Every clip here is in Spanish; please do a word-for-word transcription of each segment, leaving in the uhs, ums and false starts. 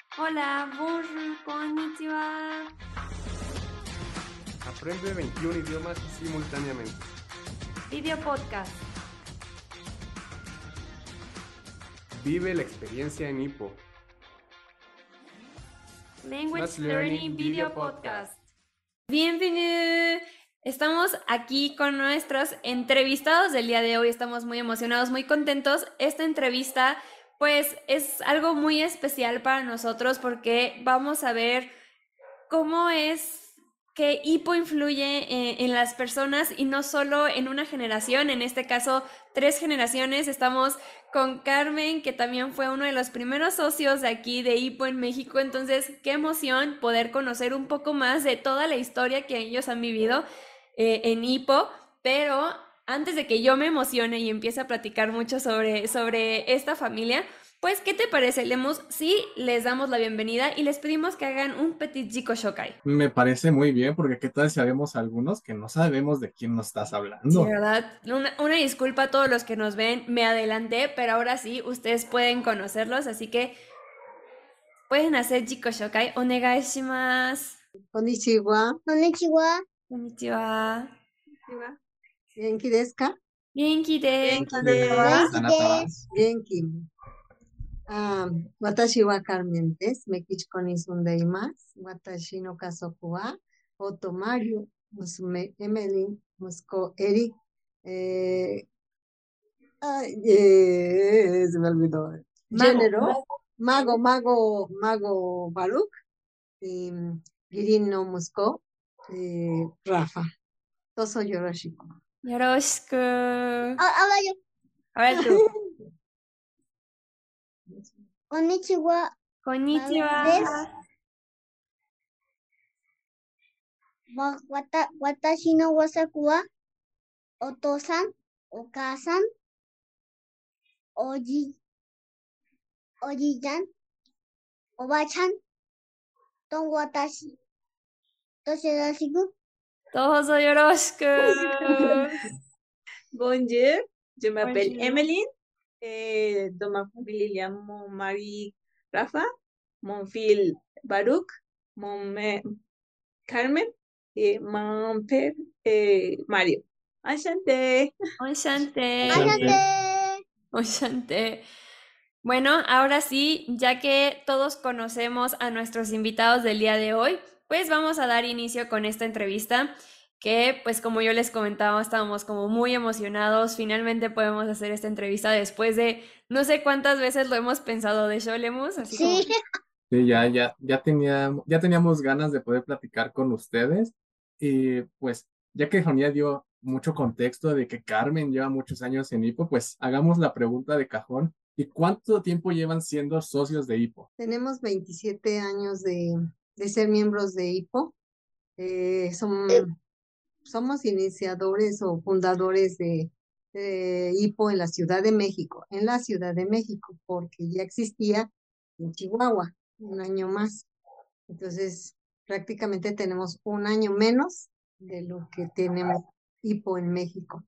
Hola, bonjour, konnichiwa. Aprende veintiún idiomas simultáneamente. Video podcast. Vive la experiencia en Hippo. Language Math Learning Learning Video Video Podcast. Podcast. Bienvenido. Estamos aquí con nuestros entrevistados del día de hoy. Estamos muy emocionados, muy contentos. Esta entrevista, pues, es algo muy especial para nosotros porque vamos a ver cómo es que Hippo influye en, en las personas y no solo en una generación, en este caso tres generaciones. Estamos con Carmen, que también fue uno de los primeros socios de aquí de Hippo en México. Entonces, qué emoción poder conocer un poco más de toda la historia que ellos han vivido eh, en Hippo. Pero antes de que yo me emocione y empiece a platicar mucho sobre, sobre esta familia, pues, ¿qué te parece, Lemus? Sí, les damos la bienvenida y les pedimos que hagan un petit Jiko Shokai. Me parece muy bien, porque qué tal si sabemos algunos que no sabemos de quién nos estás Sí, hablando. ¿verdad? Una, una disculpa a todos los que nos ven, me adelanté, pero ahora sí, ustedes pueden conocerlos, así que pueden hacer Jiko Shokai. Onegai shimasu. Konnichiwa. Konnichiwa. Konnichiwa. Genki desu ka? Genki de. Genki desu. Anata. Genki. Ah, watashi wa Carmen desu. Mexico ni sundeimasu. Watashi no kazoku wa Otto Mario, musume Emily, musuko Eric. Eh, ay, eh, se me olvidó. Mago. Género, mago, mago, mago Baruch. Y Girin no musuko, eh, Rafa. Toso yoroshiku. Yoroshiku. Ahora yo. A ver tú. Konnichiwa. Konnichiwa. Wa- wata- Watashi no wasaku wa Oto-san, Oka-san, Oji, Oji-chan, Oba-chan, ton watashi. Toshi yoroshiku. Todos yoroshiku. Bonjour, je m'appelle Bonjour. Emeline. Et dans ma famille, il y a mon mari Rafa, mon fils Baruch, mon mère Carmen et mon père eh, Mario. Enchanté. Oshante. Ayate. Oshante. Bueno, ahora sí, ya que todos conocemos a nuestros invitados del día de hoy, pues vamos a dar inicio con esta entrevista que, pues como yo les comentaba, estábamos como muy emocionados. Finalmente podemos hacer esta entrevista después de no sé cuántas veces lo hemos pensado de show, Lemus, así como Sí. Sí, ya, ya, ya teníamos, ya teníamos ganas de poder platicar con ustedes. Y pues, ya que Jonia dio mucho contexto de que Carmen lleva muchos años en Hippo, pues hagamos la pregunta de cajón. ¿Y cuánto tiempo llevan siendo socios de Hippo? Tenemos veintisiete años de, de ser miembros de Hippo. Eh, son- somos iniciadores o fundadores de, de Hippo en la Ciudad de México, en la Ciudad de México, porque ya existía en Chihuahua un año más. Entonces, prácticamente tenemos un año menos de lo que tenemos Hippo en México.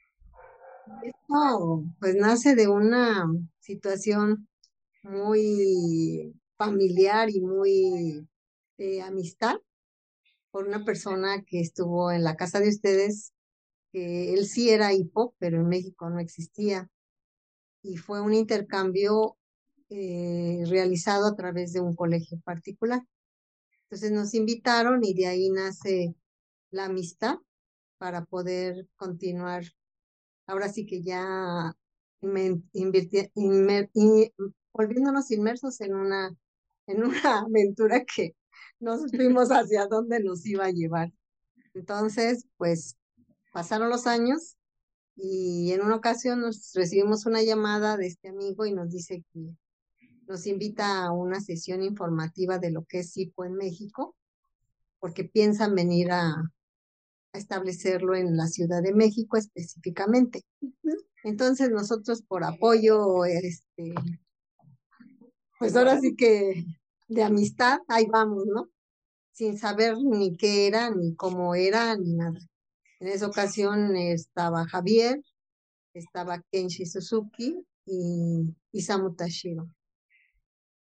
Esto, pues nace de una situación muy familiar y muy de amistad por una persona que estuvo en la casa de ustedes, que él sí era hipo, pero en México no existía. Y fue un intercambio eh, realizado a través de un colegio particular. Entonces nos invitaron y de ahí nace la amistad para poder continuar. Ahora sí que ya inmen- invirti- inmer- in- volviéndonos inmersos en una, en una aventura que no supimos hacia dónde nos iba a llevar. Entonces, pues pasaron los años y en una ocasión nos recibimos una llamada de este amigo y nos dice que nos invita a una sesión informativa de lo que es hipo en México, porque piensan venir a, a establecerlo en la Ciudad de México específicamente. Entonces nosotros por apoyo, este, pues ahora sí que de amistad, ahí vamos, ¿no? Sin saber ni qué era, ni cómo era, ni nada. En esa ocasión estaba Javier, estaba Kenshi Suzuki y Isamu Tashiro.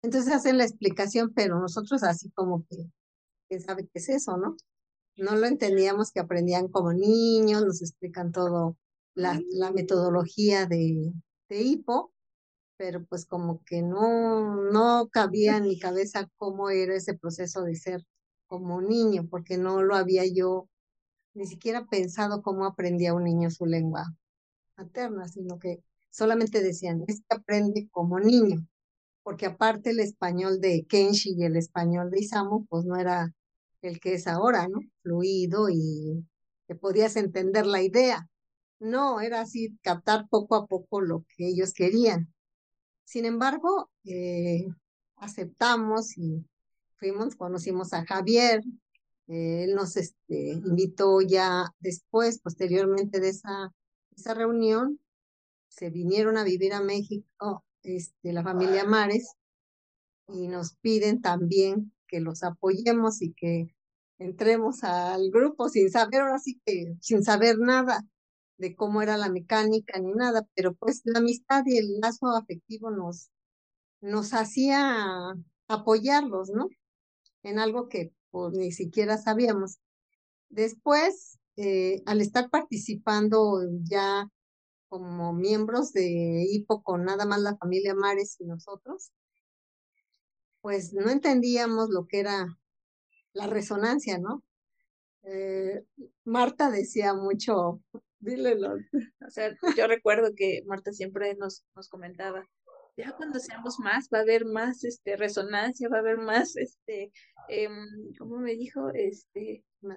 Entonces hacen la explicación, pero nosotros así como que, ¿quién sabe qué es eso, no? No lo entendíamos, que aprendían como niños, nos explican todo la, la metodología de, de hipo, pero pues como que no, no cabía en mi cabeza cómo era ese proceso de ser como niño, porque no lo había yo ni siquiera pensado cómo aprendía un niño su lengua materna, sino que solamente decían, es que aprende como niño, porque aparte el español de Kenshi y el español de Isamu, pues no era el que es ahora, ¿no? Fluido y que podías entender la idea. No, era así, captar poco a poco lo que ellos querían. Sin embargo, eh, aceptamos y fuimos, conocimos a Javier, eh, él nos este, invitó ya después, posteriormente de esa, esa reunión, se vinieron a vivir a México, este, la familia Mares, y nos piden también que los apoyemos y que entremos al grupo sin saber, ahora sí que sin saber nada de cómo era la mecánica ni nada, pero pues la amistad y el lazo afectivo nos, nos hacía apoyarlos, ¿no? En algo que pues ni siquiera sabíamos. Después, eh, al estar participando ya como miembros de hipo con nada más la familia Mares y nosotros, pues no entendíamos lo que era la resonancia, ¿no? Eh, Marta decía mucho, dile los, O sea, yo recuerdo que Marta siempre nos, nos comentaba, ya cuando seamos más, va a haber más este, resonancia, va a haber más, este, em, ¿cómo me dijo? Este, ma-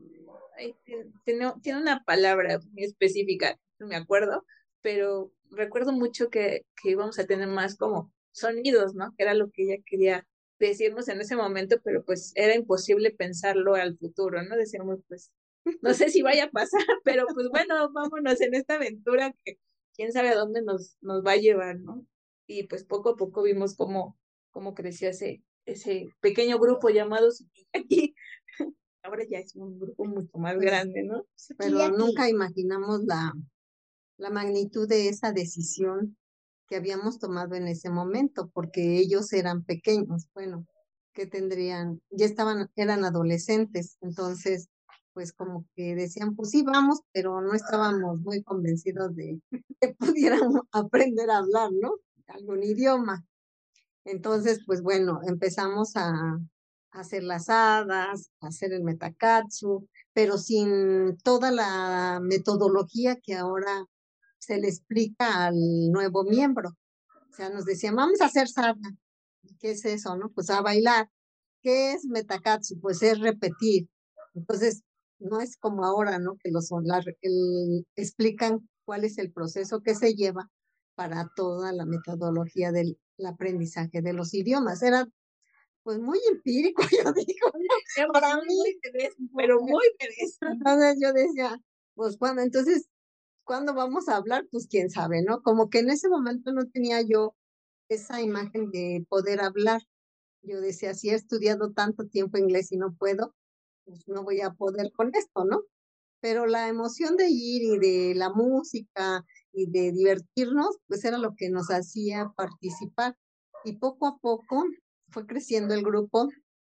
ay, tiene, tiene tiene una palabra muy específica, no me acuerdo, pero recuerdo mucho que, que íbamos a tener más como sonidos, ¿no? Que era lo que ella quería decirnos en ese momento, pero pues era imposible pensarlo al futuro, ¿no? Decíamos, pues, no sé si vaya a pasar, pero pues bueno, vámonos en esta aventura que quién sabe a dónde nos, nos va a llevar, ¿no? Y pues poco a poco vimos cómo, cómo creció ese, ese pequeño grupo llamado Sukiyaki. Ahora ya es un grupo mucho más pues, grande, ¿no? pero Sukiyaki. nunca imaginamos la, la magnitud de esa decisión que habíamos tomado en ese momento, porque ellos eran pequeños, bueno, que tendrían, ya estaban, eran adolescentes, entonces, pues como que decían, pues sí, vamos, pero no estábamos muy convencidos de que pudiéramos aprender a hablar, ¿no? Algún idioma. Entonces, pues bueno, empezamos a, a hacer las hadas, a hacer el metakatsu, pero sin toda la metodología que ahora se le explica al nuevo miembro. O sea, nos decían, vamos a hacer sadhana. ¿Qué es eso, no? Pues a bailar. ¿Qué es metakatsu? Pues es repetir. Entonces, no es como ahora, ¿no? Que los la, el, explican cuál es el proceso que se lleva para toda la metodología del aprendizaje de los idiomas. Era pues muy empírico, yo digo, ¿no? Para mí, muy pereza, pero muy pereza. entonces yo decía, pues cuando, entonces, ¿cuándo vamos a hablar? Pues quién sabe, ¿no? Como que en ese momento no tenía yo esa imagen de poder hablar. Yo decía, si he estudiado tanto tiempo inglés y no puedo, pues no voy a poder con esto, ¿no? Pero la emoción de ir y de la música y de divertirnos, pues era lo que nos hacía participar. Y poco a poco fue creciendo el grupo,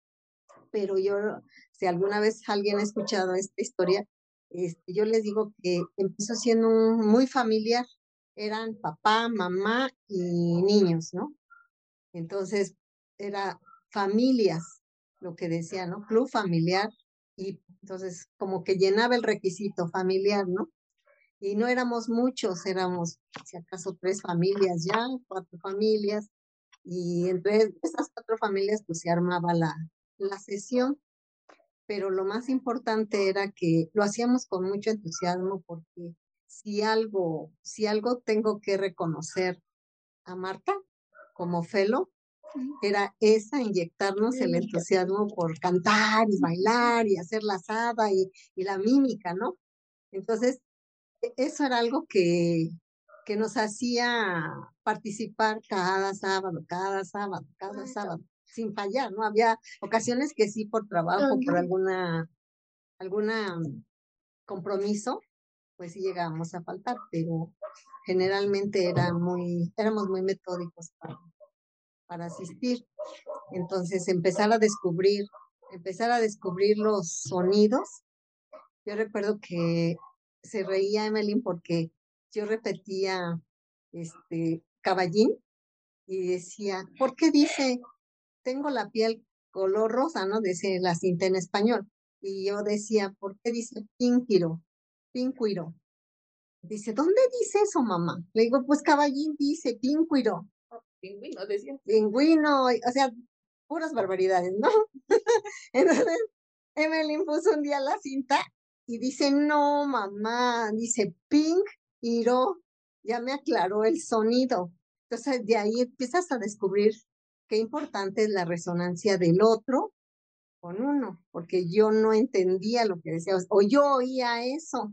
pero yo, si alguna vez alguien ha escuchado esta historia, este, yo les digo que empezó siendo un- muy familiar. Eran papá, mamá y niños, ¿no? Entonces, era familias, lo que decía, ¿no? Club familiar. Y entonces, como que llenaba el requisito familiar, ¿no? Y no éramos muchos, éramos, si acaso, tres familias ya, cuatro familias. Y entre esas cuatro familias, pues se armaba la, la sesión. Pero lo más importante era que lo hacíamos con mucho entusiasmo, porque si algo, si algo tengo que reconocer a Marta como Felo, era esa, inyectarnos el entusiasmo por cantar y bailar y hacer la asada y, y la mímica, ¿no? Entonces, e- eso era algo que, que nos hacía participar cada sábado, cada sábado, cada sábado, sin fallar, ¿no? Había ocasiones que sí por trabajo, por alguna, alguna mm, compromiso, pues sí llegábamos a faltar, pero generalmente era muy, éramos muy metódicos para, para asistir. Entonces, empezar a descubrir, empezar a descubrir los sonidos. Yo recuerdo que se reía Emeline porque yo repetía este caballín y decía, ¿por qué dice, tengo la piel color rosa, ¿no? Dice la cinta en español. Y yo decía, ¿por qué dice pínquiro? Píncuiro. Dice, ¿dónde dice eso, mamá? Le digo, pues caballín dice píncuiro. Pingüino, decía. Pingüino, o sea, puras barbaridades, ¿no? Entonces, Emeline puso un día la cinta y dice, no, mamá, dice pink, hiro, ya me aclaró el sonido. Entonces, de ahí empiezas a descubrir qué importante es la resonancia del otro con uno, porque yo no entendía lo que decía, o yo oía eso.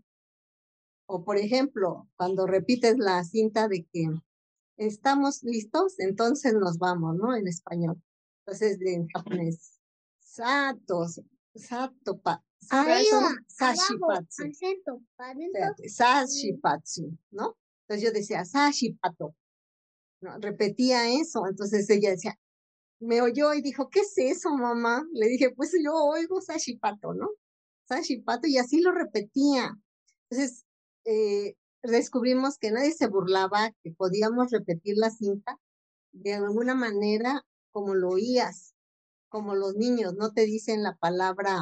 O, por ejemplo, cuando repites la cinta de que estamos listos, entonces nos vamos, ¿no? En español. Entonces, en japonés, sato, sato, pa, Ahí sato, va, sashipatsu. abajo, acento, para adentro. Espérate, sashipatsu, ¿no? Entonces yo decía, sashipato, ¿no? Repetía eso, entonces ella decía, me oyó y dijo, ¿qué es eso, mamá? Le dije, pues yo oigo sashipato, ¿no? Sashipato, y así lo repetía. Entonces, eh, descubrimos que nadie se burlaba, que podíamos repetir la cinta de alguna manera como lo oías, como los niños, no te dicen la palabra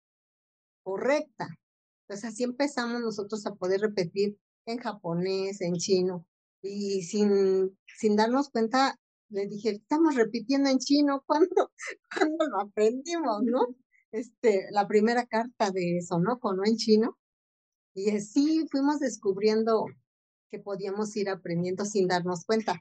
correcta. Entonces así empezamos nosotros a poder repetir en japonés, en chino, y sin, sin darnos cuenta, le dije, estamos repitiendo en chino, ¿cuándo, ¿cuándo lo aprendimos, no? Este, la primera carta de Sonoko, ¿no? En chino, y así fuimos descubriendo que podíamos ir aprendiendo sin darnos cuenta.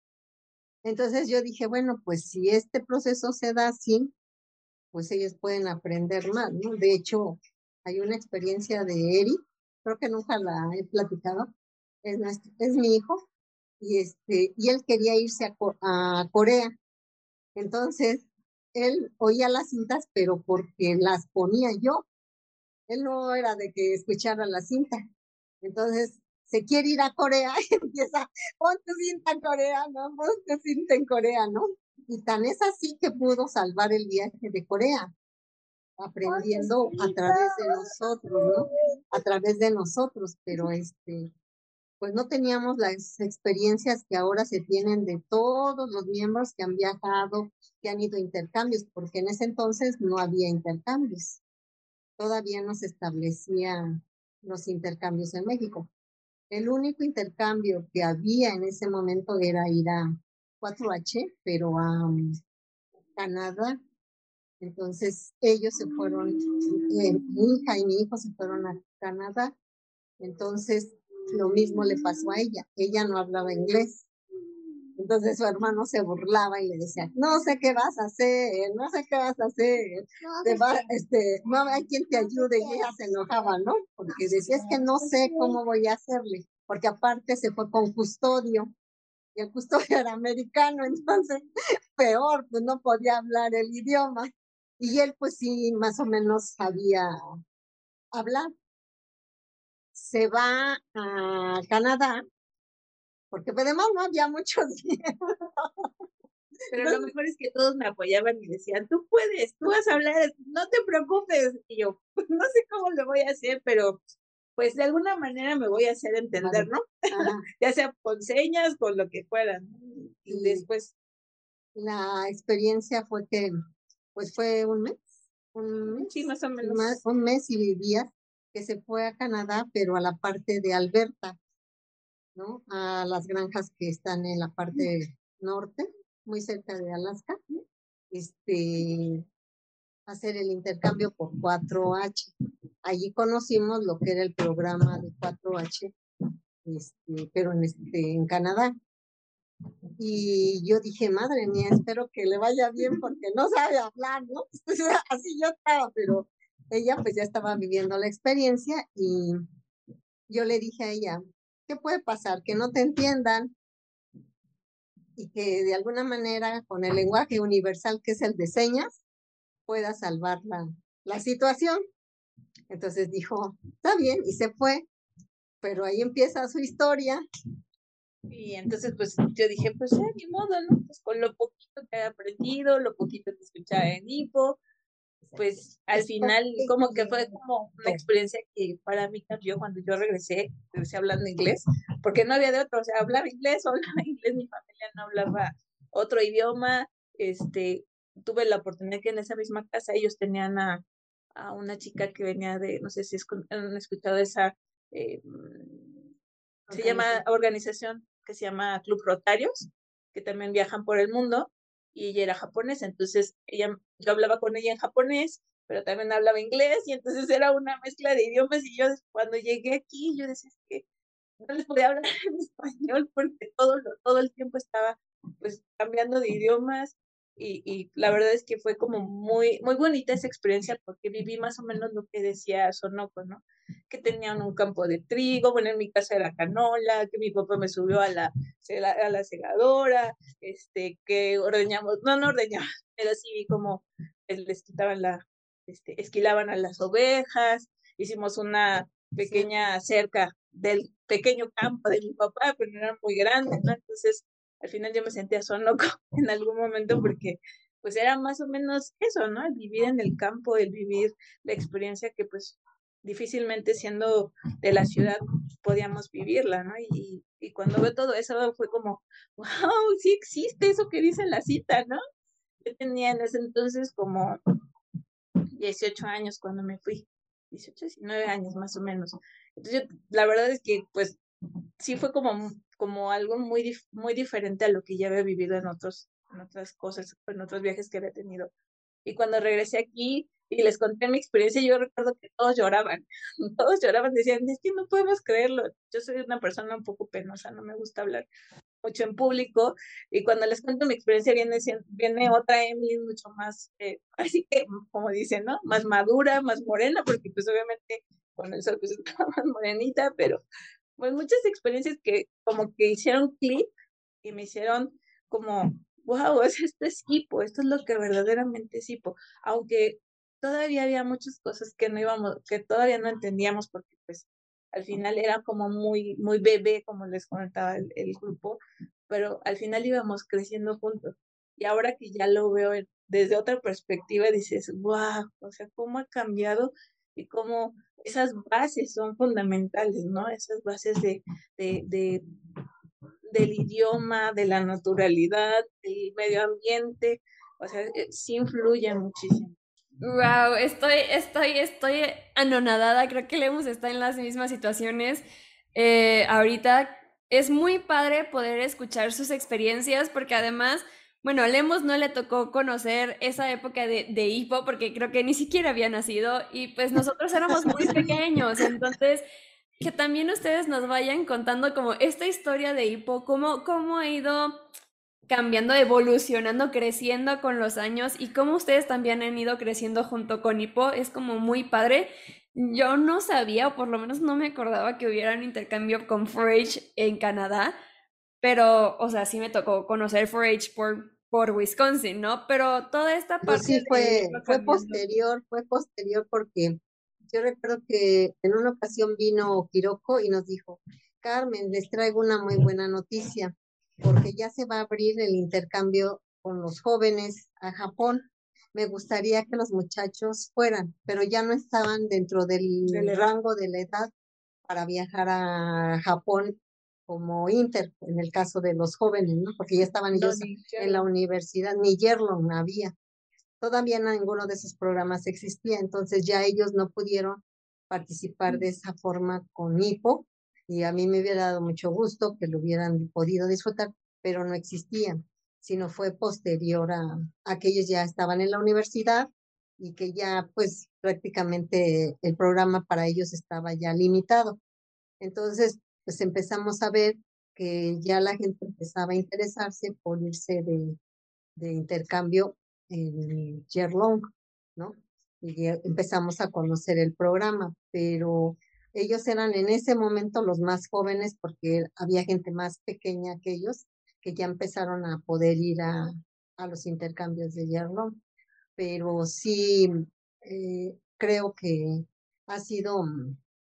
Entonces yo dije, bueno, pues si este proceso se da así, pues ellos pueden aprender más, ¿no? De hecho, hay una experiencia de Eric, creo que nunca la he platicado, es, nuestro, es mi hijo, y, este, y él quería irse a, a Corea. Entonces, él oía las cintas, pero porque las ponía yo. Él no era de que escuchara la cinta. Entonces, se quiere ir a Corea y empieza, pon tu cinta en Corea, ¿no? Pon tu cinta en Corea, ¿no? Y tan es así que pudo salvar el viaje de Corea, aprendiendo a través de nosotros, ¿no? A través de nosotros, pero este, pues no teníamos las experiencias que ahora se tienen de todos los miembros que han viajado, que han ido a intercambios, porque en ese entonces no había intercambios. Todavía no se establecían los intercambios en México. El único intercambio que había en ese momento era ir a cuatro H, pero a um, Canadá. Entonces ellos se fueron, eh, mi hija y mi hijo se fueron a Canadá. Entonces lo mismo le pasó a ella. Ella no hablaba inglés. Entonces su hermano se burlaba y le decía, no sé qué vas a hacer, no sé qué vas a hacer. No Te sé va, qué. este, mamá, hay quien te ayude. Y ella se enojaba, ¿no? Porque decía, es que no sé cómo voy a hacerle. Porque aparte se fue con custodio. Y el custodio era americano, entonces peor, pues no podía hablar el idioma. Y él pues sí, más o menos sabía hablar. Se va a Canadá, porque además no había muchos miembros. Pero lo mejor es que todos me apoyaban y decían, tú puedes, tú vas a hablar, no te preocupes. Y yo, no sé cómo lo voy a hacer, pero pues de alguna manera me voy a hacer entender, ¿no? Ajá. Ya sea con señas, con lo que fuera. Y Sí. después, La experiencia fue que, pues fue un mes, un mes, sí, más o menos. más- un mes y días que se fue a Canadá, pero a la parte de Alberta, ¿no? A las granjas que están en la parte norte, muy cerca de Alaska, este, hacer el intercambio por cuatro H. Allí conocimos lo que era el programa de cuatro H, este, pero en, este, en Canadá. Y yo dije, madre mía, espero que le vaya bien porque no sabe hablar, ¿no? Así yo estaba, pero ella pues ya estaba viviendo la experiencia y yo le dije a ella, ¿qué puede pasar? Que no te entiendan y que de alguna manera con el lenguaje universal que es el de señas pueda salvar la, la situación. Entonces dijo, está bien, y se fue, pero ahí empieza su historia Y entonces, pues yo dije, pues ya, ni modo, ¿no? Pues con lo poquito que he aprendido, lo poquito que escuchaba en Hipo, pues al final como que fue como una experiencia que para mí cambió cuando yo regresé, regresé hablando inglés, porque no había de otro, o sea, hablaba inglés o hablaba inglés, mi familia no hablaba otro idioma, este, tuve la oportunidad que en esa misma casa ellos tenían a, a una chica que venía de, no sé si es, han escuchado esa, eh, se llama organización que se llama Club Rotarios, que también viajan por el mundo, y ella era japonesa, entonces ella, yo hablaba con ella en japonés, pero también hablaba inglés, y entonces era una mezcla de idiomas, y yo cuando llegué aquí, yo decía que no les podía hablar en español porque todo, lo, todo el tiempo estaba pues cambiando de idiomas, y, y la verdad es que fue como muy, muy bonita esa experiencia porque viví más o menos lo que decía Sonoko, ¿no? Que tenían un campo de trigo, bueno, en mi casa era canola, que mi papá me subió a la, a la segadora, este, que ordeñamos, no, no ordeñamos, pero sí vi como les quitaban la, este, esquilaban a las ovejas, hicimos una pequeña cerca del pequeño campo de mi papá, pero no era muy grande, ¿no? Entonces, al final yo me sentía sonoco en algún momento porque pues era más o menos eso, ¿no? El vivir en el campo, el vivir la experiencia que pues difícilmente siendo de la ciudad podíamos vivirla, ¿no? Y, y cuando veo todo eso fue como, wow, sí existe eso que dice la cita, ¿no? Yo tenía en ese entonces como dieciocho años cuando me fui, dieciocho, diecinueve años más o menos. Entonces, yo, la verdad es que pues sí fue como, como algo muy, dif muy diferente a lo que ya había vivido en, otros, en otras cosas, en otros viajes que había tenido. Y cuando regresé aquí y les conté mi experiencia, yo recuerdo que todos lloraban, todos lloraban, decían, es que no podemos creerlo. Yo soy una persona un poco penosa, no me gusta hablar mucho en público, y cuando les cuento mi experiencia viene, viene otra Emily mucho más, eh, así que, como dicen, ¿no? Más madura, más morena, porque pues obviamente con el sol pues estaba más morenita, pero pues muchas experiencias que como que hicieron clic y me hicieron como, wow, esto es hipo, esto es lo que verdaderamente es hipo, aunque todavía había muchas cosas que no íbamos, que todavía no entendíamos porque pues al final era como muy, muy bebé, como les comentaba el, el grupo, pero al final íbamos creciendo juntos. Y ahora que ya lo veo desde otra perspectiva, dices, wow, o sea, cómo ha cambiado y cómo esas bases son fundamentales, ¿no? Esas bases de, de, de del idioma, de la naturalidad, del medio ambiente, o sea, eh, sí influye muchísimo. Wow, estoy, estoy, estoy anonadada. Creo que Lemus está en las mismas situaciones. Eh, ahorita es muy padre poder escuchar sus experiencias porque además, bueno, a Lemus no le tocó conocer esa época de, de hipo porque creo que ni siquiera había nacido y pues nosotros éramos muy pequeños. Entonces, que también ustedes nos vayan contando como esta historia de hipo, cómo, cómo ha ido cambiando, evolucionando, creciendo con los años y cómo ustedes también han ido creciendo junto con Hipo, es como muy padre. Yo no sabía, o por lo menos no me acordaba que hubiera un intercambio con cuatro H en Canadá, pero, o sea, sí me tocó conocer cuatro H por, por Wisconsin, ¿no? Pero toda esta Pero parte sí de fue, irlo fue cambiando. posterior, fue posterior porque yo recuerdo que en una ocasión vino Quiroko y nos dijo, Carmen, les traigo una muy buena noticia, porque ya se va a abrir el intercambio con los jóvenes a Japón. Me gustaría que los muchachos fueran, pero ya no estaban dentro del rango de la edad para viajar a Japón como inter, en el caso de los jóvenes, ¿no? Porque ya estaban No, ellos ni en la yo. universidad, ni Yerlong había. Todavía ninguno de esos programas existía, entonces ya ellos no pudieron participar de esa forma con Hipo, y a mí me hubiera dado mucho gusto que lo hubieran podido disfrutar, pero no existían, sino fue posterior a, a que ellos ya estaban en la universidad y que ya pues prácticamente el programa para ellos estaba ya limitado. Entonces, pues empezamos a ver que ya la gente empezaba a interesarse por irse de, de intercambio en Yerlong, ¿no? Y ya empezamos a conocer el programa, pero ellos eran en ese momento los más jóvenes porque había gente más pequeña que ellos que ya empezaron a poder ir a, a los intercambios de Yerlong. Pero sí, eh, creo que ha sido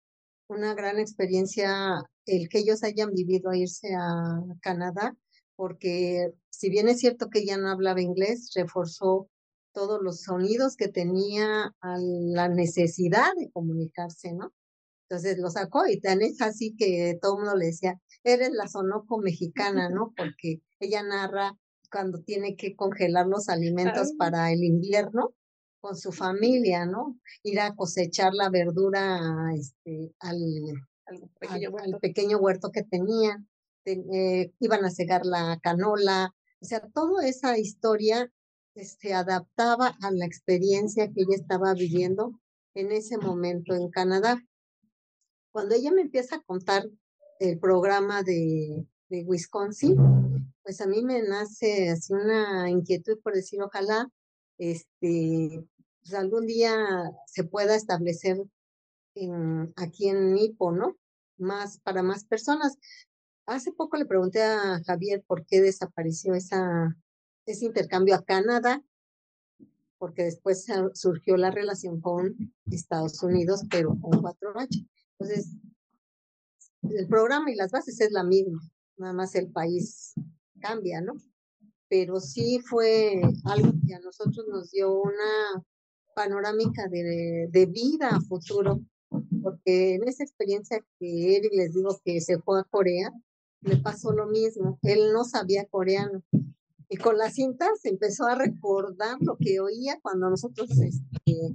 una gran experiencia el que ellos hayan vivido a irse a Canadá, porque si bien es cierto que ella no hablaba inglés, reforzó todos los sonidos que tenía a la necesidad de comunicarse, ¿no? Entonces lo sacó y tan es así que todo el mundo le decía, eres la Sonoco mexicana, ¿no? Porque ella narra cuando tiene que congelar los alimentos Ay. para el invierno con su familia, ¿no? Ir a cosechar la verdura este, al, Al al, pequeño al huerto. pequeño huerto que tenían, te- eh, iban a cegar la canola, o sea, toda esa historia se este, adaptaba a la experiencia que ella estaba viviendo en ese momento en Canadá. Cuando ella me empieza a contar el programa de, de Wisconsin, pues a mí me nace así una inquietud por decir, ojalá este, pues algún día se pueda establecer en, aquí en Nipo, ¿no? Más, para más personas. Hace poco le pregunté a Javier por qué desapareció esa, ese intercambio a Canadá, porque después sa- surgió la relación con Estados Unidos, pero con cuatro H. Entonces, el programa y las bases es la misma, nada más el país cambia, ¿no? Pero sí fue algo que a nosotros nos dio una panorámica de, de vida a futuro, porque en esa experiencia que Eric les digo que se fue a Corea, le pasó lo mismo, él no sabía coreano. Y con las cintas empezó a recordar lo que oía cuando nosotros este,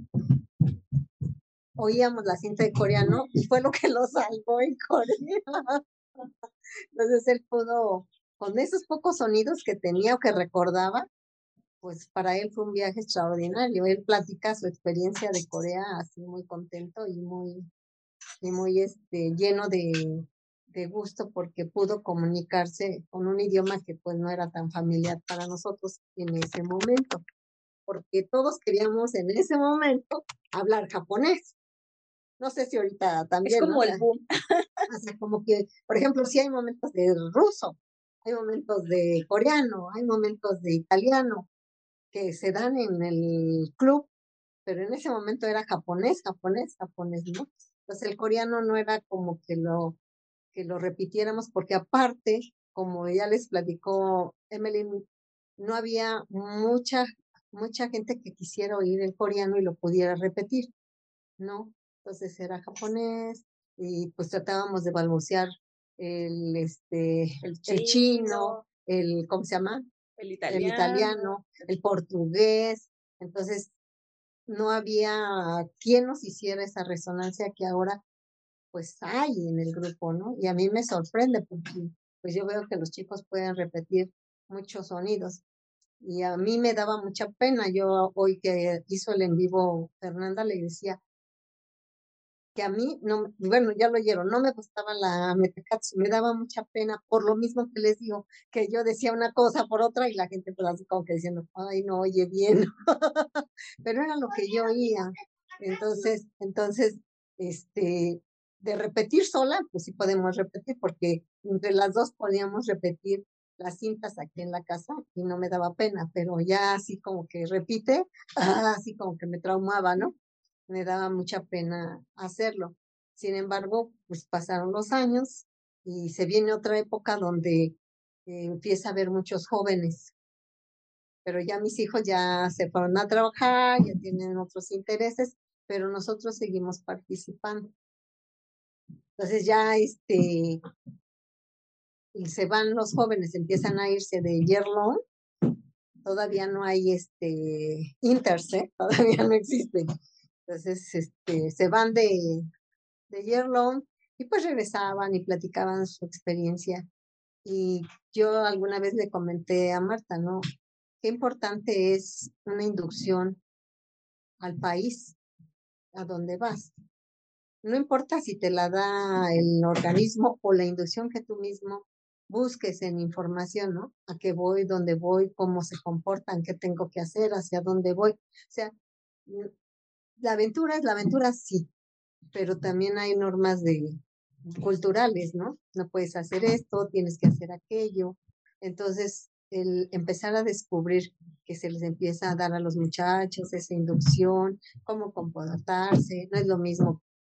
oíamos la cinta de coreano y fue lo que lo salvó en Corea. Entonces él pudo, con esos pocos sonidos que tenía o que recordaba, pues para él fue un viaje extraordinario. Él platica su experiencia de Corea así muy contento y muy, y muy este, lleno de, de gusto porque pudo comunicarse con un idioma que pues no era tan familiar para nosotros en ese momento, porque todos queríamos en ese momento hablar japonés. No sé si ahorita Es también, ¿no? como el boom. O sea, como que, por ejemplo, sí hay momentos de ruso, hay momentos de coreano, hay momentos de italiano que se dan en el club, pero en ese momento era japonés, japonés, japonés, ¿no? Entonces el coreano no era como que lo, que lo repitiéramos, porque aparte, como ya les platicó Emily, no había mucha, mucha gente que quisiera oír el coreano y lo pudiera repetir, ¿no? Entonces era japonés y pues tratábamos de balbucear el, este, El el chino, chino, el, ¿cómo se llama? el El italiano. italiano, el portugués. Entonces no había quien nos hiciera esa resonancia que ahora pues hay en el grupo, ¿no? Y a mí me sorprende porque pues yo veo que los chicos pueden repetir muchos sonidos y a mí me daba mucha pena. Yo hoy que hizo el en vivo Fernanda le decía que a mí, no, bueno, ya lo oyeron, no me gustaba la Metakatsu, me daba mucha pena, por lo mismo que les digo, que yo decía una cosa por otra y la gente pues así como que diciendo, ay, no oye bien, pero era lo que yo oía. Entonces, entonces, este, de repetir sola, pues sí podemos repetir, porque entre las dos podíamos repetir las cintas aquí en la casa y no me daba pena, pero ya así como que repite, así como que me traumaba, ¿no? Me daba mucha pena hacerlo. Sin embargo, pues pasaron los años y se viene otra época donde eh, empieza a haber muchos jóvenes, pero ya mis hijos ya se fueron a trabajar, ya tienen otros intereses, pero nosotros seguimos participando. Entonces ya este, se van los jóvenes, empiezan a irse de Yerlong, todavía no hay este Interse, todavía no existe. Entonces este, se van de, de Yerlong y pues regresaban y platicaban su experiencia. Y yo alguna vez le comenté a Marta, ¿no? Qué importante es una inducción al país a donde vas. No importa si te la da el organismo o la inducción que tú mismo busques en información, ¿no? A qué voy, dónde voy, cómo se comportan, qué tengo que hacer, hacia dónde voy. O sea, la aventura es la aventura, sí, pero también hay normas de culturales, ¿no? No puedes hacer esto, tienes que hacer aquello. Entonces, el empezar a descubrir que se les empieza a dar a los muchachos esa inducción, cómo comportarse, no es lo mismo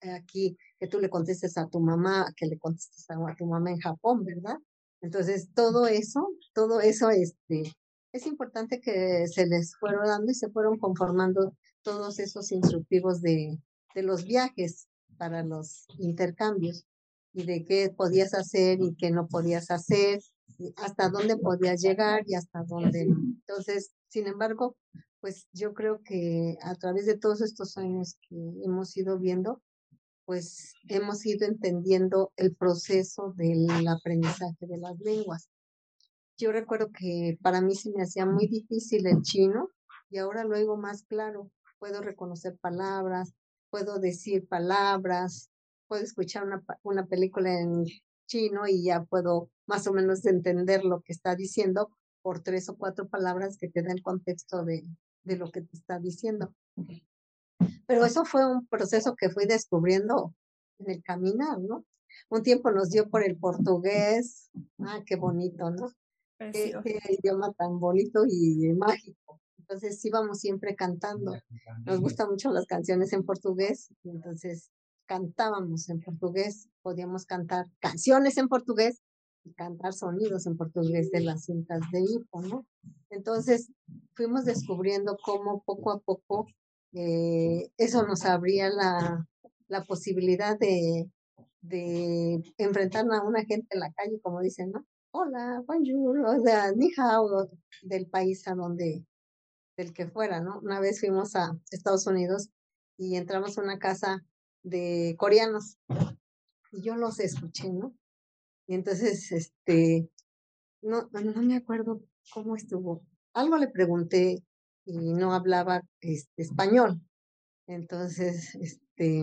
aquí que tú le contestes a tu mamá, que le contestes a, a tu mamá en Japón, ¿verdad? Entonces, todo eso, todo eso, este, es importante que se les fueron dando y se fueron conformando todos esos instructivos de, de los viajes para los intercambios y de qué podías hacer y qué no podías hacer, y hasta dónde podías llegar y hasta dónde no. Entonces, sin embargo, pues yo creo que a través de todos estos años que hemos ido viendo, pues hemos ido entendiendo el proceso del aprendizaje de las lenguas. Yo recuerdo que para mí se me hacía muy difícil el chino y ahora lo oigo más claro. Puedo reconocer palabras, puedo decir palabras, puedo escuchar una, una película en chino y ya puedo más o menos entender lo que está diciendo por tres o cuatro palabras que te da el contexto de, de lo que te está diciendo. Pero eso fue un proceso que fui descubriendo en el caminar, ¿no? Un tiempo nos dio por el portugués. Ah, qué bonito, ¿no? Qué, qué idioma tan bonito y mágico. Entonces íbamos siempre cantando. Nos gustan mucho las canciones en portugués, entonces cantábamos en portugués, podíamos cantar canciones en portugués y cantar sonidos en portugués de las cintas de hipo, ¿no? Entonces fuimos descubriendo cómo poco a poco eh, eso nos abría la, la posibilidad de, de enfrentar a una gente en la calle, como dicen, ¿no? Hola, bonjour, o sea, ni hao, del país a donde, del que fuera, ¿no? Una vez fuimos a Estados Unidos y entramos a una casa de coreanos y yo los escuché, ¿no? Y entonces, este, no, no me acuerdo cómo estuvo. Algo le pregunté y no hablaba este, español. Entonces, este,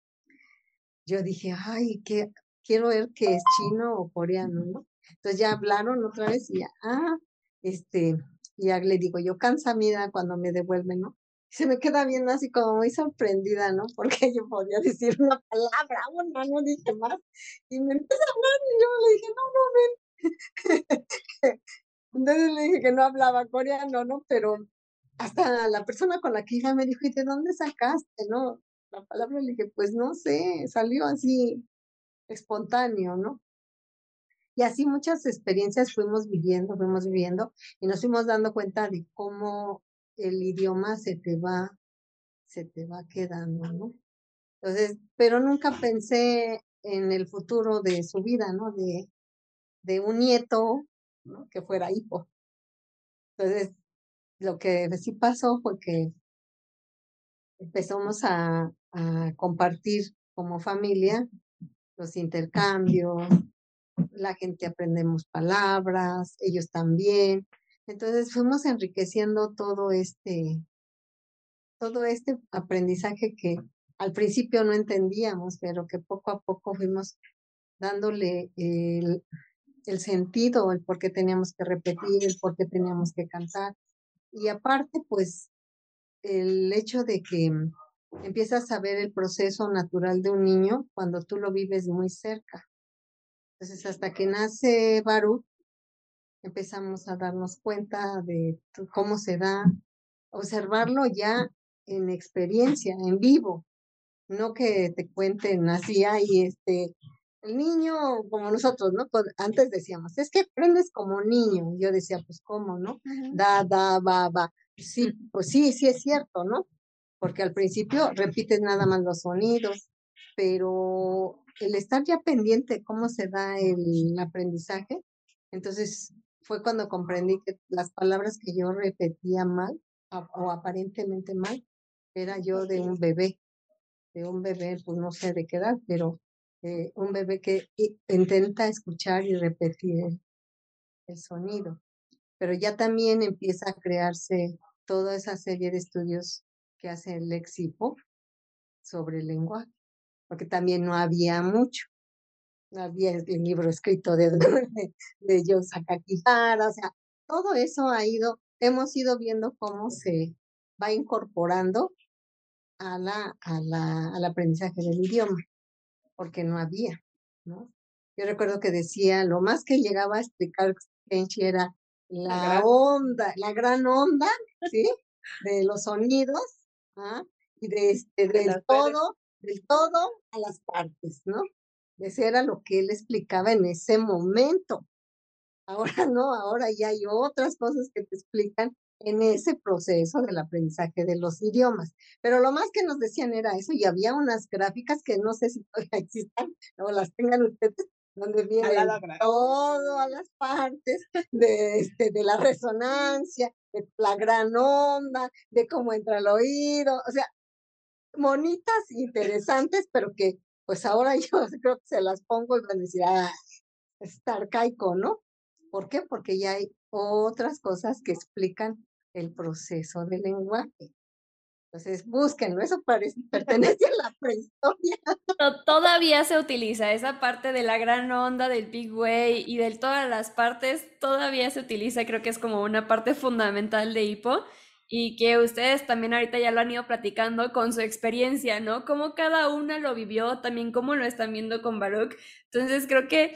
yo dije, ay, que quiero ver que es chino o coreano, ¿no? Entonces ya hablaron otra vez y ya, ah, este, y ya le digo, yo cansamida cuando me devuelven, ¿no? Y se me queda viendo así como muy sorprendida, ¿no? Porque yo podía decir una palabra, una, no dije más. Y me empieza a hablar y yo le dije, no, no, ven. Entonces le dije que no hablaba coreano, ¿no? Pero hasta la persona con la que iba me dijo, ¿y de dónde sacaste, no? La palabra, le dije, pues no sé, salió así espontáneo, ¿no? Y así muchas experiencias fuimos viviendo, fuimos viviendo y nos fuimos dando cuenta de cómo el idioma se te va, se te va quedando, ¿no? Entonces, pero nunca pensé en el futuro de su vida, ¿no? De, de un nieto, ¿no? Que fuera hipo. Entonces, lo que sí pasó fue que empezamos a, a compartir como familia los intercambios, la gente aprendemos palabras, ellos también. Entonces fuimos enriqueciendo todo este, todo este aprendizaje que al principio no entendíamos, pero que poco a poco fuimos dándole el, el sentido, el por qué teníamos que repetir, el por qué teníamos que cantar. Y aparte, pues, el hecho de que empiezas a ver el proceso natural de un niño cuando tú lo vives muy cerca. Entonces, hasta que nace Baruch, empezamos a darnos cuenta de cómo se da, observarlo ya en experiencia, en vivo, no que te cuenten así, ahí este, el niño como nosotros, ¿no? Pues antes decíamos, es que aprendes como niño. Yo decía, pues, ¿cómo, no? Uh-huh. Da, da, va, va. Sí, pues sí, sí es cierto, ¿no? Porque al principio repites nada más los sonidos, pero el estar ya pendiente de cómo se da el aprendizaje, entonces fue cuando comprendí que las palabras que yo repetía mal o aparentemente mal, era yo de un bebé, de un bebé, pues no sé de qué edad, pero eh, un bebé que intenta escuchar y repetir el, el sonido. Pero ya también empieza a crearse toda esa serie de estudios que hace el Lexipo sobre el lenguaje, porque también no había mucho. No había el libro escrito de, de, de John Sakakihara, o sea, todo eso ha ido, hemos ido viendo cómo se va incorporando a la, a la, al aprendizaje del idioma, porque no había, ¿no? Yo recuerdo que decía, lo más que llegaba a explicar Kenshi era la, la gran onda, la gran onda, ¿sí? De los sonidos, ¿ah? Y de, este, de, de todo, del todo a las partes, ¿no? Ese era lo que él explicaba en ese momento. Ahora no, ahora ya hay otras cosas que te explican en ese proceso del aprendizaje de los idiomas. Pero lo más que nos decían era eso, y había unas gráficas que no sé si todavía existan o las tengan ustedes, donde vienen todas las partes de, este, de la resonancia, de la gran onda, de cómo entra el oído, o sea, monitas interesantes, pero que pues ahora yo creo que se las pongo y van a decir, ah, está arcaico, ¿no? ¿Por qué? Porque ya hay otras cosas que explican el proceso del lenguaje. Entonces, búsquenlo, eso parece, pertenece a la prehistoria. To- Todavía se utiliza esa parte de la gran onda, del Big Way y de todas las partes, todavía se utiliza, creo que es como una parte fundamental de Hippo y que ustedes también ahorita ya lo han ido platicando con su experiencia, ¿no? Cómo cada una lo vivió, también cómo lo están viendo con Baruch. Entonces creo que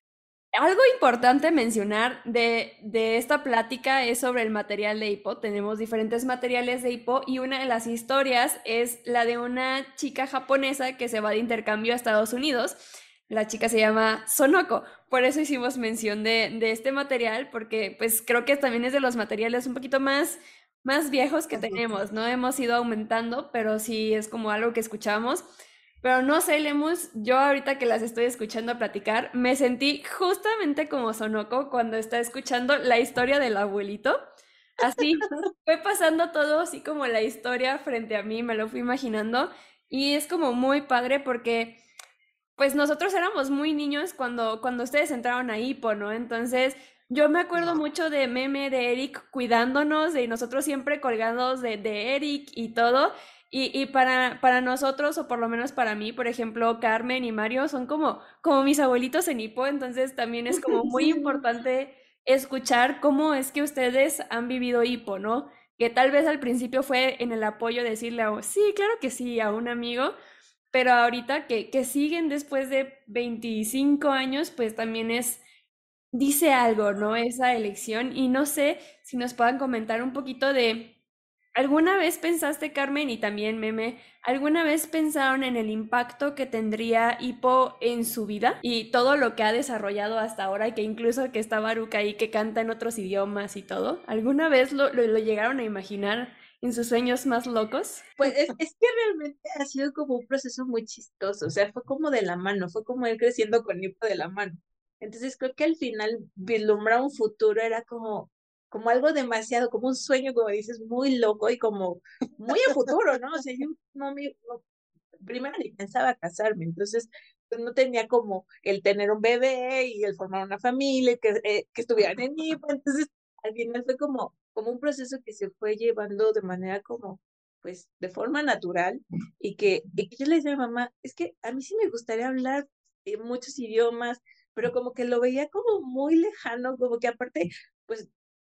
algo importante mencionar de, de esta plática es sobre el material de Hippo. Tenemos diferentes materiales de Hippo y una de las historias es la de una chica japonesa que se va de intercambio a Estados Unidos. La chica se llama Sonoko. Por eso hicimos mención de, de este material, porque pues creo que también es de los materiales un poquito más, más viejos que tenemos, ¿no? Hemos ido aumentando, pero sí es como algo que escuchamos. Pero no sé, Lemus, yo ahorita que las estoy escuchando platicar, me sentí justamente como Sonoko cuando está escuchando la historia del abuelito. Así, fue pasando todo así como la historia frente a mí, me lo fui imaginando. Y es como muy padre porque pues nosotros éramos muy niños cuando, cuando ustedes entraron a Hippo, ¿no? Entonces, yo me acuerdo mucho de Meme, de Eric cuidándonos, de nosotros siempre colgados de, de Eric y todo. Y, y para, para nosotros, o por lo menos para mí, por ejemplo, Carmen y Mario son como, como mis abuelitos en Hippo, entonces también es como muy Sí. importante escuchar cómo es que ustedes han vivido Hippo, ¿no? Que tal vez al principio fue en el apoyo decirle, a, sí, claro que sí, a un amigo, pero ahorita que, que siguen después de veinticinco años, pues también es, dice algo, ¿no? Esa elección. Y no sé si nos puedan comentar un poquito de, ¿alguna vez pensaste, Carmen, y también Meme, alguna vez pensaron en el impacto que tendría Hippo en su vida y todo lo que ha desarrollado hasta ahora, y que incluso que está Baruch ahí, que canta en otros idiomas y todo? ¿Alguna vez lo, lo, lo llegaron a imaginar en sus sueños más locos? Pues es, es que realmente ha sido como un proceso muy chistoso, o sea, fue como de la mano, fue como él creciendo con Nipo de la mano. Entonces creo que al final vislumbrar un futuro era como, como algo demasiado, como un sueño, como dices, muy loco y como muy a futuro, ¿no? O sea, yo no me, no- primero ni pensaba casarme, entonces pues no tenía como el tener un bebé y el formar una familia, que, eh, que estuvieran en Nipo, entonces al final fue como, como un proceso que se fue llevando de manera como pues de forma natural y que, y que yo le decía a mi mamá, es que a mí sí me gustaría hablar eh, muchos idiomas, pero como que lo veía como muy lejano, como que aparte, pues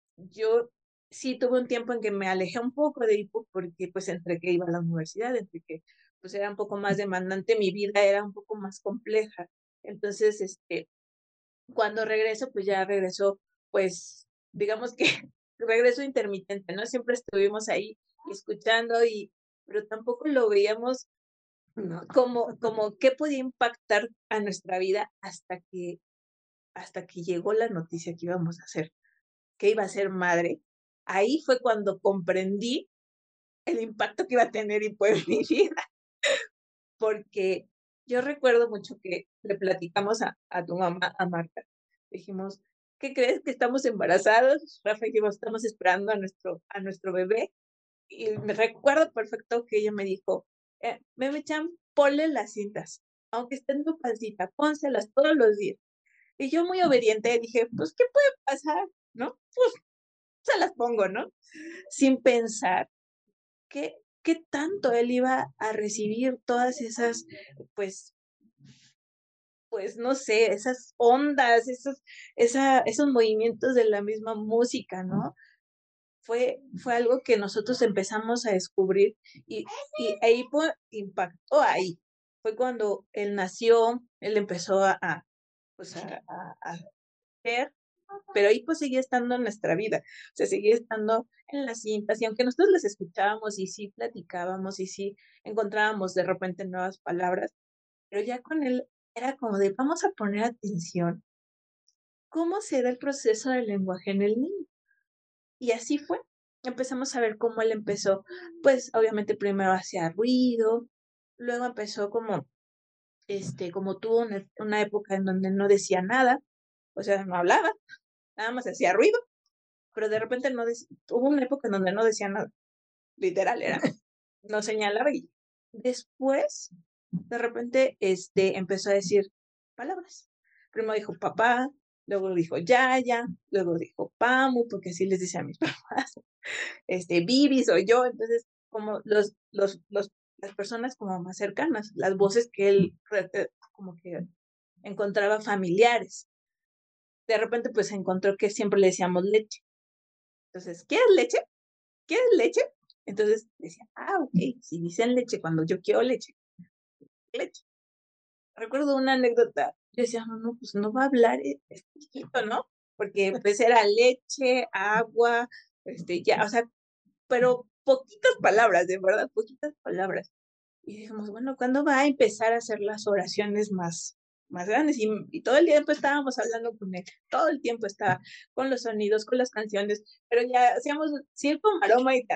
yo sí tuve un tiempo en que me alejé un poco de Ipu porque pues entre que iba a la universidad, entre que pues era un poco más demandante, mi vida era un poco más compleja. Entonces, este, cuando regreso, pues ya regreso, pues digamos que regreso intermitente, ¿no? Siempre estuvimos ahí escuchando y, pero tampoco lo veíamos No, como, como qué podía impactar a nuestra vida hasta que, hasta que llegó la noticia que íbamos a hacer, que iba a ser madre. Ahí fue cuando comprendí el impacto que iba a tener y fue mi vida, porque yo recuerdo mucho que le platicamos a, a tu mamá, a Marta. Dijimos, ¿qué crees que estamos embarazados? Rafa y yo estamos esperando a nuestro, a nuestro bebé. Y me recuerdo perfecto que ella me dijo, eh, Meme Chan, ponle las cintas, aunque esté en tu pancita, pónselas todos los días. Y yo muy obediente dije, pues, ¿qué puede pasar? ¿No? Pues se las pongo, ¿no? Sin pensar qué, qué tanto él iba a recibir todas esas, pues, pues no sé, esas ondas, esos, esa, esos movimientos de la misma música, ¿no? Fue, fue algo que nosotros empezamos a descubrir y, y ahí fue, impactó ahí. Fue cuando él nació, él empezó a, a, pues a, a, a ver. pero Hippo seguía estando en nuestra vida, o sea, seguía estando en las cintas, y aunque nosotros las escuchábamos y sí platicábamos y sí encontrábamos de repente nuevas palabras, pero ya con él era como de, vamos a poner atención, ¿cómo se da el proceso del lenguaje en el niño? Y así fue. Empezamos a ver cómo él empezó, pues obviamente primero hacía ruido, luego empezó como, este, como tuvo una, una época en donde no decía nada, o sea, no hablaba, nada más hacía ruido, pero de repente no decía, hubo una época en donde no decía nada, literal, era, no señalaba y después, de repente, este, empezó a decir palabras. Primero dijo papá, luego dijo yaya, luego dijo pamu, porque así les decía a mis papás, este, Bibi soy yo, entonces, como los, los, los, las personas como más cercanas, las voces que él como que encontraba familiares. De repente, pues encontró que siempre le decíamos leche. Entonces, ¿quieres leche? ¿Quieres leche? Entonces decía, ah, ok, si dicen leche cuando yo quiero leche, leche. Recuerdo una anécdota, yo decía, no, no, pues no va a hablar, es chiquito, ¿no? Porque pues era leche, agua, este, ya, o sea, pero poquitas palabras, de verdad, poquitas palabras. Y dijimos, bueno, ¿cuándo va a empezar a hacer las oraciones más, más grandes? Y, y todo el tiempo estábamos hablando con él, todo el tiempo estaba con los sonidos, con las canciones, pero ya hacíamos circo, maroma y tal.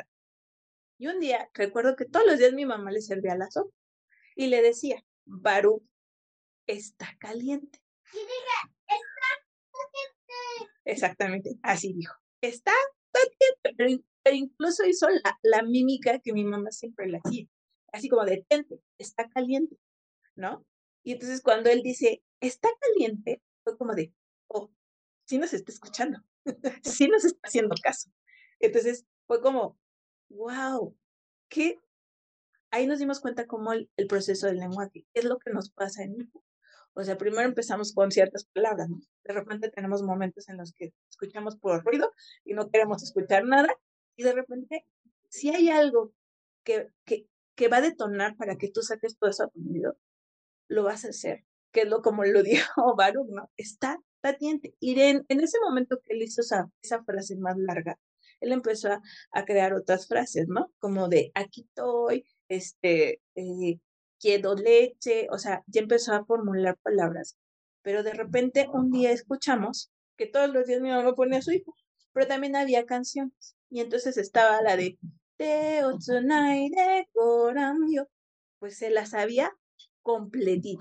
Y un día, recuerdo que todos los días mi mamá le servía la sopa y le decía, Baruch, está caliente. Y dije, está caliente. Exactamente, así dijo, está caliente, pero, pero incluso hizo la, la mímica que mi mamá siempre le hacía, así como detente, está caliente, ¿no? Y entonces cuando él dice, está caliente, fue como de, oh, sí nos está escuchando, sí nos está haciendo caso. Entonces fue como, wow, qué. Ahí nos dimos cuenta cómo el, el proceso del lenguaje, qué es lo que nos pasa en Hippo. O sea, primero empezamos con ciertas palabras, ¿no? De repente tenemos momentos en los que escuchamos por ruido y no queremos escuchar nada, y de repente, si hay algo que, que, que va a detonar para que tú saques todo eso aprendido, lo vas a hacer, que es lo como lo dijo Baruch, ¿no? Está paciente. Y en, en ese momento que él hizo esa, esa frase más larga, él empezó a, a crear otras frases, ¿no? Como de aquí estoy, este, eh, quiero leche, o sea, ya empezó a formular palabras. Pero de repente un día escuchamos que todos los días mi mamá ponía a su hijo, pero también había canciones. Y entonces estaba la de Teo Tsunai de Goramyo, pues se la sabía completita,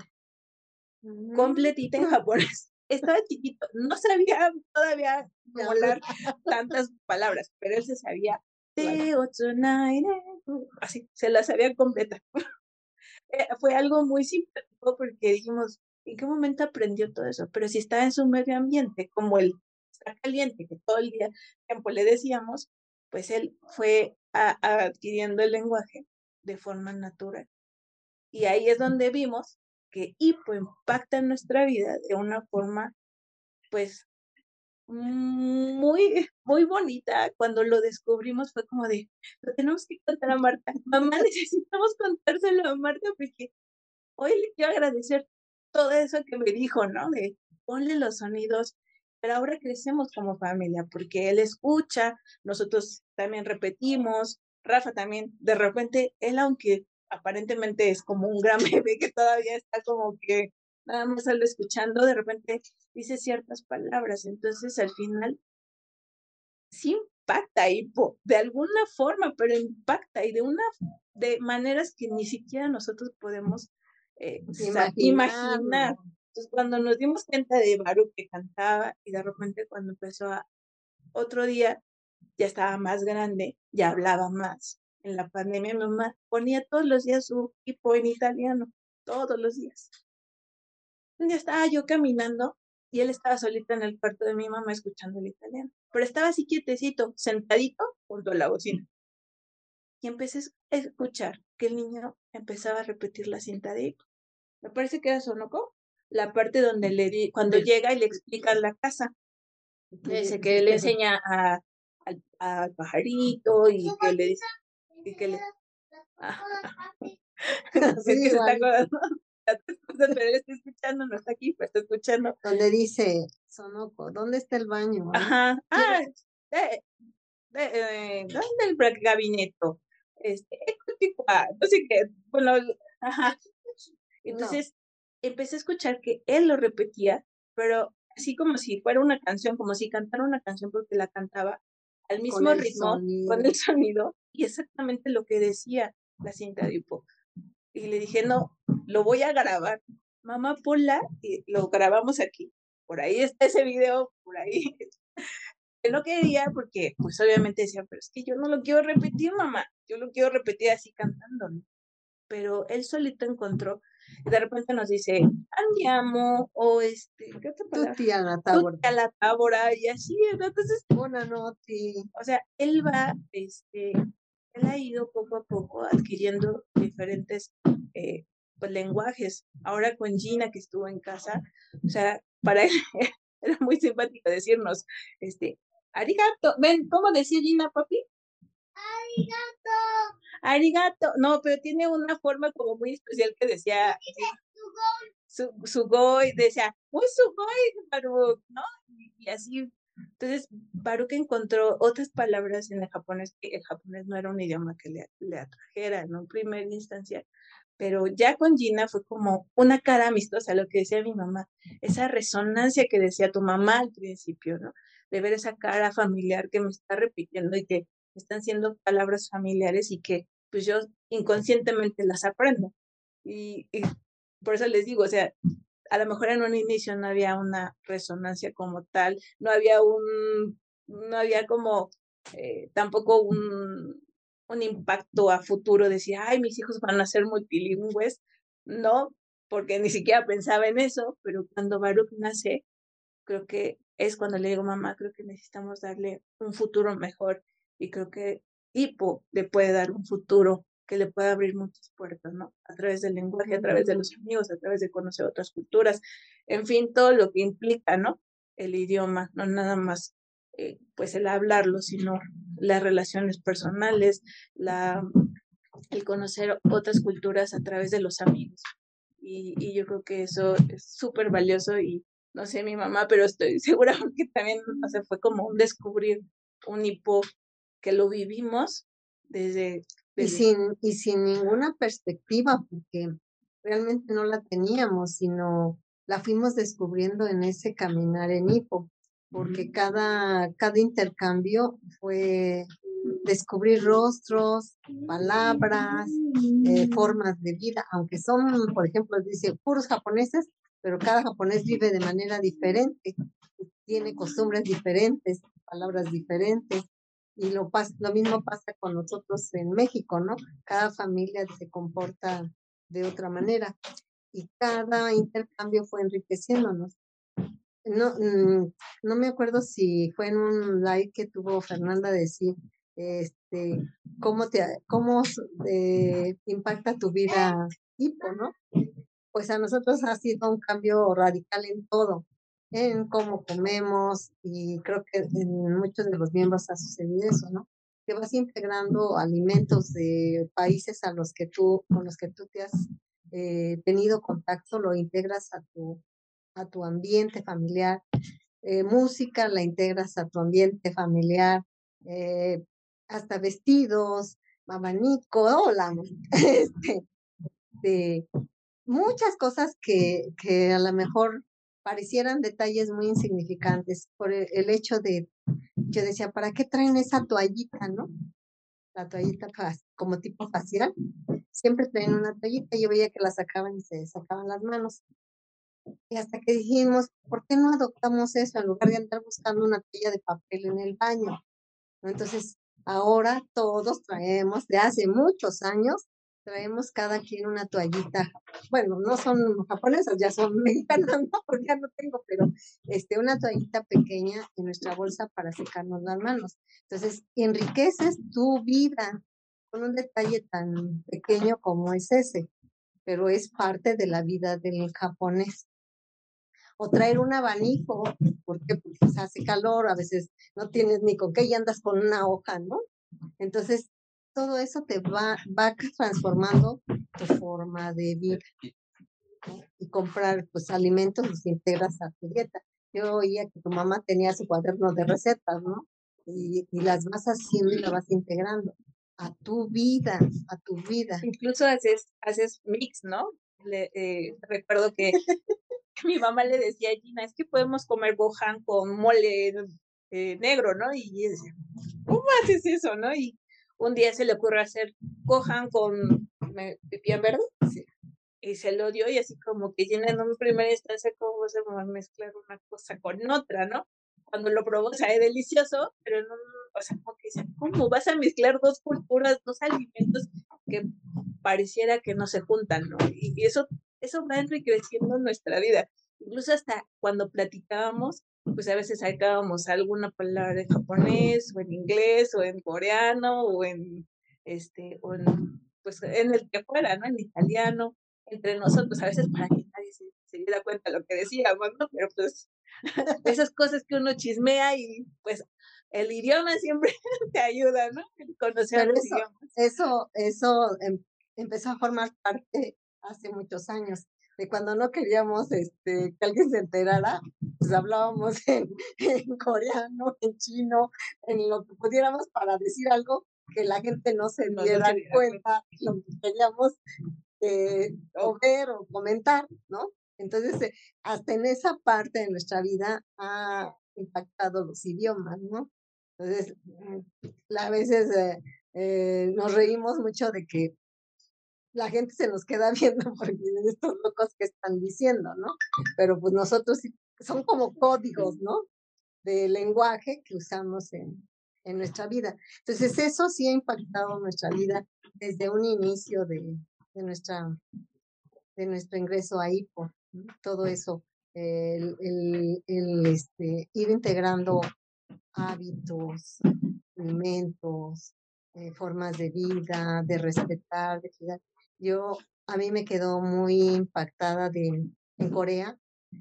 mm. completita en japonés. Estaba chiquito, no sabía todavía volar tantas palabras, pero él se sabía Teo Tsunai de Goramyo, así, se la sabía completa. Eh, fue algo muy simpático porque dijimos, ¿en qué momento aprendió todo eso? Pero si estaba en su medio ambiente, como él está caliente, que todo el día tiempo le decíamos, pues él fue a, a adquiriendo el lenguaje de forma natural. Y ahí es donde vimos que Hippo impacta en nuestra vida de una forma, pues, muy, muy bonita. Cuando lo descubrimos fue como de, lo tenemos que contar a Marta. Mamá, necesitamos contárselo a Marta porque hoy le quiero agradecer todo eso que me dijo, ¿no? De ponle los sonidos, pero ahora crecemos como familia porque él escucha, nosotros también repetimos, Rafa también, de repente, él aunque aparentemente es como un gran bebé que todavía está como que nada más solo escuchando, de repente dice ciertas palabras, entonces al final sí impacta y de alguna forma, pero impacta y de una de maneras que ni siquiera nosotros podemos eh, imaginar. imaginar. Entonces, cuando nos dimos cuenta de Baruch que cantaba y de repente cuando empezó a otro día, ya estaba más grande, ya hablaba más. En la pandemia mi mamá ponía todos los días su Hippo en italiano, todos los días. Un día estaba yo caminando y él estaba solito en el cuarto de mi mamá escuchando el italiano, pero estaba así quietecito, sentadito junto a la bocina. Y empecé a escuchar que el niño empezaba a repetir la cinta de Hippo. Me parece que era Sonoko, la parte donde le di, cuando llega y le explica la casa. Dice que le enseña a, al, al pajarito y que le dice y que le ah, sí, es que se está acordando. pero él está escuchando, no está aquí, pero está escuchando. Donde dice, Sonoko, ¿dónde está el baño? ¿no? Ajá, ah, de, de, eh, ¿dónde el bra- gabinete? Este, Ecoticua, no sé qué, bueno, ajá. Entonces, empecé a escuchar que él lo repetía, pero así como si fuera una canción, como si cantara una canción porque la cantaba al mismo Con el ritmo, sonido. con el sonido, y exactamente lo que decía la cinta de Hipo. Y le dije, no, lo voy a grabar. Mamá, ponla, y lo grabamos aquí. Por ahí está ese video, por ahí. Él no quería porque, pues obviamente decía, pero es que yo no lo quiero repetir, mamá. Yo lo quiero repetir así cantándolo. Pero él solito encontró, y de repente nos dice, andiamo, o este, ¿qué otra palabra? Tutti a la tábora. Tutti a la tábora, y así, ¿verdad? Entonces, Buena noti. o sea, él va, este, él ha ido poco a poco adquiriendo diferentes eh, pues, lenguajes. Ahora con Gina, que estuvo en casa, o sea, para él era muy simpático decirnos, este, arigato, ven, ¿cómo decía Gina, papi? Arigato. Arigato. No, pero tiene una forma como muy especial que decía su, sugoi, decía, muy sugoi, Baruch, ¿no? Y, y así. Entonces, Baruch encontró otras palabras en el japonés, que el japonés no era un idioma que le, le atrajera en un primer instancia, pero ya con Gina fue como una cara amistosa, lo que decía mi mamá, esa resonancia que decía tu mamá al principio, ¿no? De ver esa cara familiar que me está repitiendo y que están siendo palabras familiares y que pues yo inconscientemente las aprendo. Y, y por eso les digo, o sea, a lo mejor en un inicio no había una resonancia como tal, no había un, no había como eh, tampoco un, un impacto a futuro, decir, ay, mis hijos van a ser multilingües, no, porque ni siquiera pensaba en eso, pero cuando Baruch nace, creo que es cuando le digo, mamá, creo que necesitamos darle un futuro mejor y creo que Hipo le puede dar un futuro que le puede abrir muchas puertas, ¿no? A través del lenguaje, a través de los amigos, a través de conocer otras culturas, en fin, todo lo que implica, ¿no? El idioma, no nada más, eh, pues el hablarlo, sino las relaciones personales, la, el conocer otras culturas a través de los amigos. Y, y yo creo que eso es súper valioso y no sé mi mamá, pero estoy segura que también, o sea, fue como un descubrir un hipo que lo vivimos desde... Y desde... sin, y sin ninguna perspectiva, porque realmente no la teníamos, sino la fuimos descubriendo en ese caminar en Hipo, porque cada, cada intercambio fue descubrir rostros, palabras, eh, formas de vida, aunque son, por ejemplo, dice puros japoneses, pero cada japonés vive de manera diferente, tiene costumbres diferentes, palabras diferentes. Y lo, pas lo mismo pasa con nosotros en México, ¿no? Cada familia se comporta de otra manera y cada intercambio fue enriqueciéndonos. No, mm, no me acuerdo si fue en un live que tuvo Fernanda decir, este, cómo te, cómo eh, impacta tu vida Hipo, ¿no? Pues a nosotros ha sido un cambio radical en todo, en cómo comemos y creo que en muchos de los miembros ha sucedido eso, ¿no? Que vas integrando alimentos de países a los que tú, con los que tú te has eh, tenido contacto, lo integras a tu, a tu ambiente familiar, eh, música la integras a tu ambiente familiar, eh, hasta vestidos, abanico, hola, este, de muchas cosas que, que a lo mejor parecieran detalles muy insignificantes por el, el hecho de, yo decía, ¿para qué traen esa toallita, no? La toallita como tipo facial, siempre traen una toallita, yo veía que la sacaban y se sacaban las manos. Y hasta que dijimos, ¿por qué no adoptamos eso en lugar de andar buscando una toalla de papel en el baño? ¿No? Entonces, ahora todos traemos, de hace muchos años, traemos cada quien una toallita. Bueno, no son japonesas, ya son mexicanas, ¿no? Porque ya no tengo, pero este, una toallita pequeña en nuestra bolsa para secarnos las manos. Entonces, enriqueces tu vida con un detalle tan pequeño como es ese, pero es parte de la vida del japonés. O traer un abanico, ¿por qué? Porque pues, hace calor, a veces no tienes ni con qué y andas con una hoja, ¿no? Entonces, todo eso te va, va transformando tu forma de vida. ¿no? Y comprar pues alimentos y se integras a tu dieta. Yo oía que tu mamá tenía su cuaderno de recetas, ¿no? Y, y las vas haciendo y las vas integrando a tu vida, a tu vida. Incluso haces, haces mix, ¿no? Le, eh, recuerdo que mi mamá le decía a Gina, es que podemos comer gohan con mole eh, negro, ¿no? Y ella decía, ¿cómo haces eso, no? Y un día se le ocurrió hacer gohan con me, pipián verde, sí, y se lo dio y así como que Gina en un primer instancia cómo se va a mezclar una cosa con otra, ¿no? Cuando lo probó, sabe delicioso, pero no, o sea, como que dice, ¿cómo vas a mezclar dos culturas, dos alimentos que pareciera que no se juntan, ¿no? Y, y eso, eso va enriqueciendo nuestra vida. Incluso hasta cuando platicábamos, pues a veces sacábamos alguna palabra en japonés, o en inglés, o en coreano, o en, este, o en, pues en el que fuera, ¿no? En italiano, entre nosotros, a veces para que nadie se, se diera cuenta de lo que decíamos, ¿no? Pero pues esas cosas que uno chismea y pues el idioma siempre te ayuda, ¿no? El conocer Pero los eso, idiomas. eso, eso em- empezó a formar parte hace muchos años, de cuando no queríamos este, que alguien se enterara, pues hablábamos en, en coreano, en chino, en lo que pudiéramos para decir algo que la gente no se No, no diera se diera cuenta de lo que queríamos eh, o ver o comentar, ¿no? Entonces, eh, hasta en esa parte de nuestra vida ha impactado los idiomas, ¿no? Entonces, mm, a veces eh, eh, nos reímos mucho de que la gente se nos queda viendo porque estos locos que están diciendo, ¿no? Pero pues nosotros sí- son como códigos, ¿no? De lenguaje que usamos en, en nuestra vida. Entonces, eso sí ha impactado nuestra vida desde un inicio de, de nuestra de nuestro ingreso a I P O, ¿no? Todo eso, el, el, el, este, ir integrando hábitos, alimentos, eh, formas de vida, de respetar, de cuidar. Yo, a mí me quedó muy impactada de, en Corea.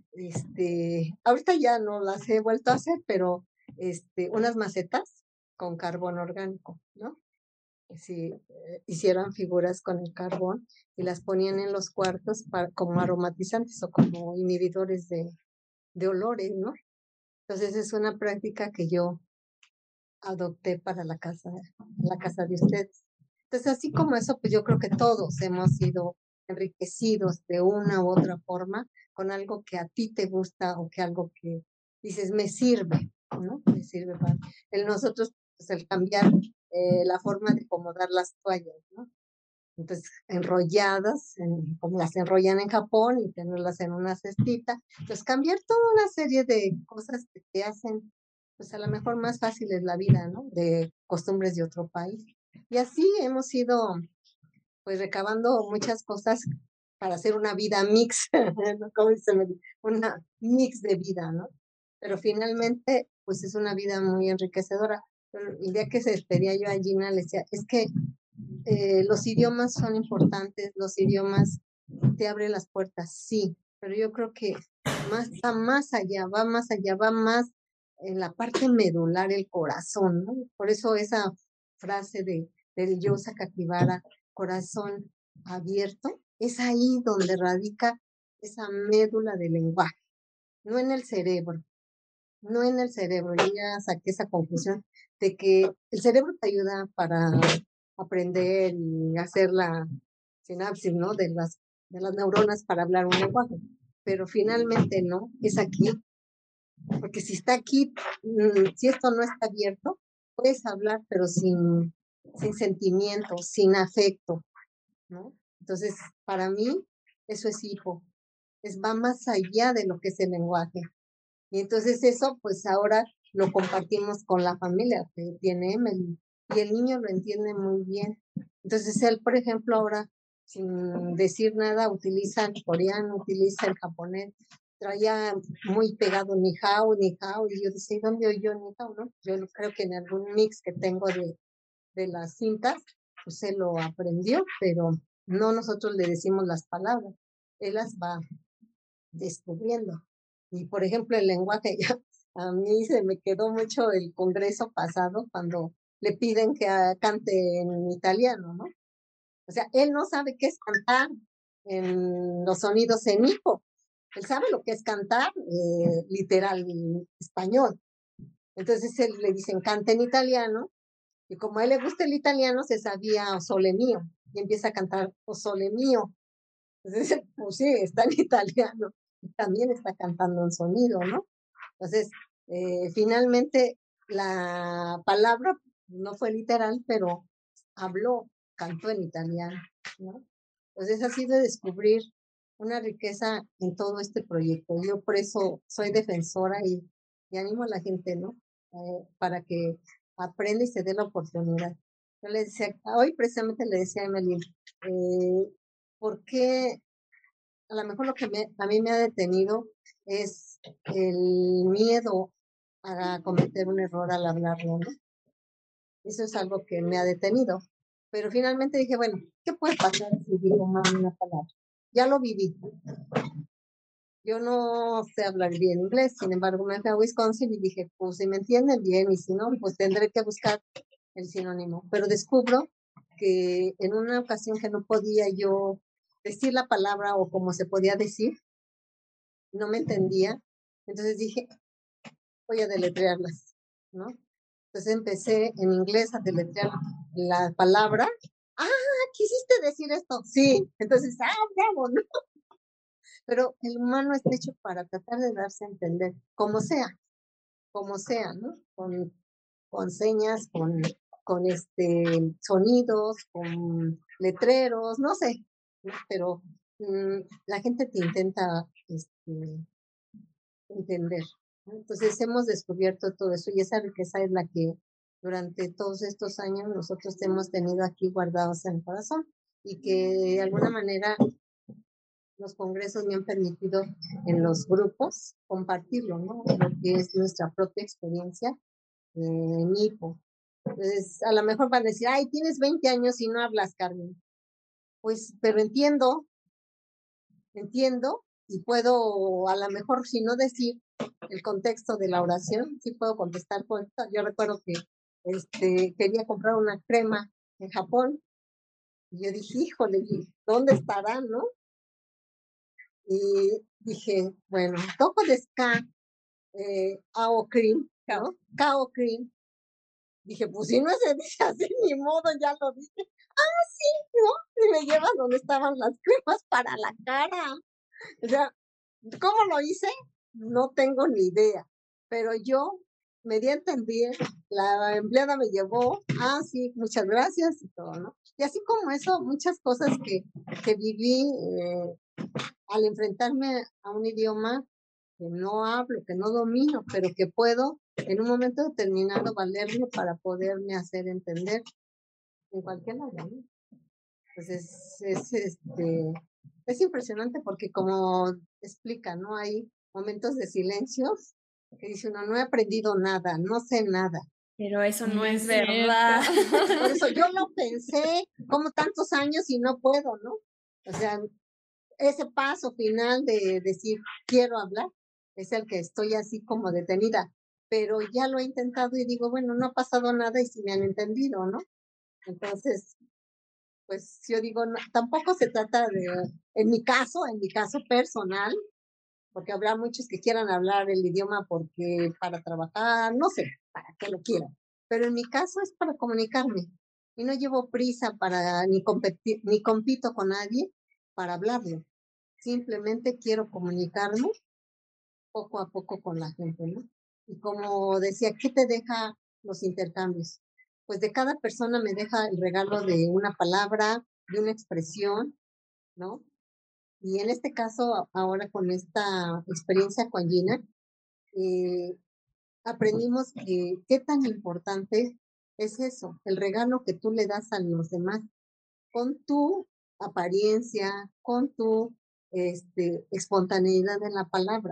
Este, ahorita ya no las he vuelto a hacer, pero este, unas macetas con carbón orgánico, ¿no? Sí, eh, hicieron figuras con el carbón y las ponían en los cuartos para, como aromatizantes o como inhibidores de, de olores, ¿no? Entonces es una práctica que yo adopté para la casa, la casa de ustedes. Entonces, así como eso, pues yo creo que todos hemos sido enriquecidos de una u otra forma con algo que a ti te gusta o que algo que dices me sirve, ¿no? Me sirve para el nosotros, pues el cambiar eh, la forma de acomodar las toallas, ¿no? Entonces, enrolladas, en, como las enrollan en Japón y tenerlas en una cestita. Entonces, cambiar toda una serie de cosas que te hacen, pues a lo mejor más fácil es la vida, ¿no? De costumbres de otro país. Y así hemos ido, pues, recabando muchas cosas para hacer una vida mix, ¿no? Como dice, una mix de vida, ¿no? Pero finalmente, pues es una vida muy enriquecedora. Pero el día que se despedía yo a Gina, le decía, es que eh, los idiomas son importantes, los idiomas te abren las puertas, sí, pero yo creo que más, va más allá, va más allá, va más en la parte medular, el corazón, ¿no? Por eso esa frase de, del yo Sakakibara, corazón abierto, es ahí donde radica esa médula del lenguaje, no en el cerebro, no en el cerebro. Yo ya saqué esa conclusión de que el cerebro te ayuda para aprender y hacer la sinapsis, ¿no? De las, de las neuronas para hablar un lenguaje. Pero finalmente no, es aquí. Porque si está aquí, si esto no está abierto, puedes hablar, pero sin, sin sentimiento, sin afecto, ¿no? Entonces, para mí, eso es hijo. Es, va más allá de lo que es el lenguaje. Y entonces eso, pues ahora lo compartimos con la familia que tiene Emily. Y el niño lo entiende muy bien. Entonces él, por ejemplo, ahora, sin decir nada, utiliza el coreano, utiliza el japonés. Traía muy pegado ni hao, ni hao. Y yo decía, ¿dónde oyó ni hao, no? Yo creo que en algún mix que tengo de, de las cintas, pues él lo aprendió, pero no nosotros le decimos las palabras. Él las va descubriendo. Y por ejemplo, el lenguaje, ya, a mí se me quedó mucho el congreso pasado cuando le piden que uh, cante en italiano, ¿no? O sea, él no sabe qué es cantar, en los sonidos en hipo. Él sabe lo que es cantar eh, literal en español. Entonces él le dicen canta en italiano, y como a él le gusta el italiano, se sabía O Sole Mio, y empieza a cantar O Sole Mio. Entonces, pues sí, está en italiano, y también está cantando en sonido, ¿no? Entonces, eh, finalmente, la palabra no fue literal, pero habló, cantó en italiano, ¿no? Entonces, ha sido descubrir una riqueza en todo este proyecto. Yo por eso soy defensora y, y animo a la gente, ¿no? Eh, para que aprenda y se dé la oportunidad. Yo le decía, hoy precisamente le decía a Emily, eh, ¿por qué? A lo mejor lo que me, a mí me ha detenido es el miedo a cometer un error al hablarlo, ¿no? Eso es algo que me ha detenido. Pero finalmente dije, bueno, ¿qué puede pasar si digo mal una palabra? Ya lo viví. Yo no sé hablar bien inglés, sin embargo me fui a Wisconsin y dije, pues si me entienden bien y si no, pues tendré que buscar el sinónimo. Pero descubro que en una ocasión que no podía yo decir la palabra o como se podía decir, no me entendía, entonces dije, voy a deletrearlas, ¿no? Entonces empecé en inglés a deletrear la palabra. Ah, ¿quisiste decir esto? Sí, entonces, ah, bravo, ¿no? Pero el humano está hecho para tratar de darse a entender, como sea, como sea, ¿no? Con, con señas, con, con este, sonidos, con letreros, no sé, ¿no? Pero mmm, la gente te intenta este, entender, ¿no? Entonces hemos descubierto todo eso y esa riqueza es la que durante todos estos años nosotros hemos tenido aquí guardados en el corazón y que de alguna manera los congresos me han permitido en los grupos compartirlo, ¿no? Lo que es nuestra propia experiencia eh, en hipo. Entonces, a lo mejor van a decir, ay, tienes veinte años y no hablas, Carmen. Pues, pero entiendo, entiendo y puedo, a lo mejor, si no decir el contexto de la oración, sí puedo contestar con esto. Yo recuerdo que este, quería comprar una crema en Japón y yo dije, híjole, ¿dónde estará, no? Y dije, bueno, toco de ska, eh, Ao Cream, ¿no? Kao Cream. Dije, pues si no se dice así, ni modo, ya lo dije. Ah, sí, ¿no? Y me llevas donde estaban las cremas para la cara. O sea, ¿cómo lo hice? No tengo ni idea. Pero yo me di a entender, la empleada me llevó, ah, sí, muchas gracias y todo, ¿no? Y así como eso, muchas cosas que, que viví eh, al enfrentarme a un idioma que no hablo, que no domino, pero que puedo en un momento determinado valerlo para poderme hacer entender en cualquier lado, ¿no? Entonces, es, este, es impresionante porque como explica, ¿no? Hay momentos de silencios que dice uno, no he aprendido nada, no sé nada. Pero eso no, no es, es verdad. Por eso yo lo pensé, como tantos años y no puedo, ¿no? O sea, ese paso final de decir, quiero hablar, es el que estoy así como detenida, pero ya lo he intentado y digo, bueno, no ha pasado nada y si me han entendido, ¿no? Entonces, pues yo digo, no, tampoco se trata de, en mi caso, en mi caso personal, porque habrá muchos que quieran hablar el idioma porque para trabajar, no sé, para que lo quieran, pero en mi caso es para comunicarme y no llevo prisa para ni competir, ni compito con nadie para hablarlo. Simplemente quiero comunicarme poco a poco con la gente, ¿no? Y como decía, ¿qué te deja los intercambios? Pues de cada persona me deja el regalo de una palabra, de una expresión, ¿no? Y en este caso, ahora con esta experiencia con Gina, eh, aprendimos que qué tan importante es eso, el regalo que tú le das a los demás, con tu apariencia, con tu este, espontaneidad en la palabra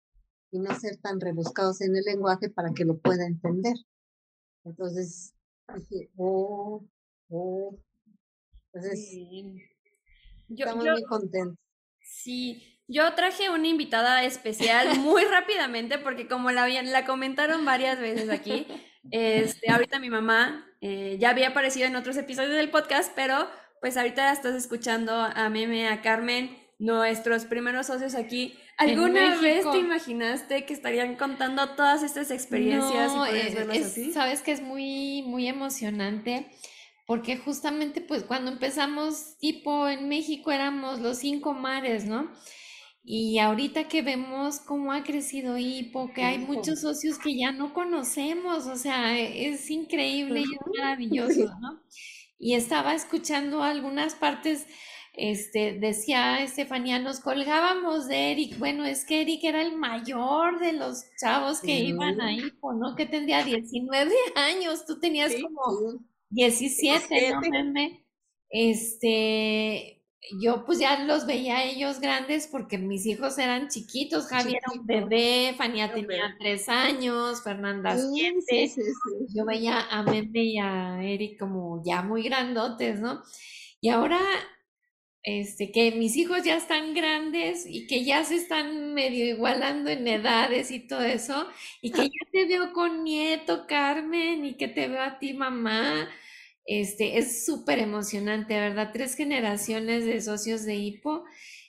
y no ser tan rebuscados en el lenguaje para que lo pueda entender. Entonces dije, oh, oh. Entonces, sí. Yo, estamos yo, muy contentos. Sí, yo traje una invitada especial muy rápidamente porque como la, la comentaron varias veces aquí, este, ahorita mi mamá eh, ya había aparecido en otros episodios del podcast, pero pues ahorita estás escuchando a Meme, a Carmen, nuestros primeros socios aquí. ¿Alguna En vez México. te imaginaste que estarían contando todas estas experiencias y No, poder es, verlas es- así? sabes que es muy, muy emocionante porque justamente pues cuando empezamos tipo en México éramos los cinco mares, ¿no? Y ahorita que vemos cómo ha crecido Hipo, que hay Hipo. muchos socios que ya no conocemos, o sea, es increíble y es Ujú, maravilloso, sí. ¿no? Y estaba escuchando algunas partes, este, decía Estefanía, nos colgábamos de Eric. Bueno, es que Eric era el mayor de los chavos que iban a Sí, Hipo, ¿no? Que tendría diecinueve años, tú tenías Sí, como sí, diecisiete, ¿no, siete. meme? Este, yo pues ya los veía a ellos grandes porque mis hijos eran chiquitos. Javi era un chiquito. bebé, Fania tenía Hombre. tres años, Fernanda Sí, sí, siete. sí, sí. Yo veía a Meme y a Eric como ya muy grandotes, ¿no? Y ahora, este, que mis hijos ya están grandes y que ya se están medio igualando en edades y todo eso, y que ya te veo con nieto, Carmen, y que te veo a ti, mamá, este, es súper emocionante, ¿verdad? Tres generaciones de socios de Hipo,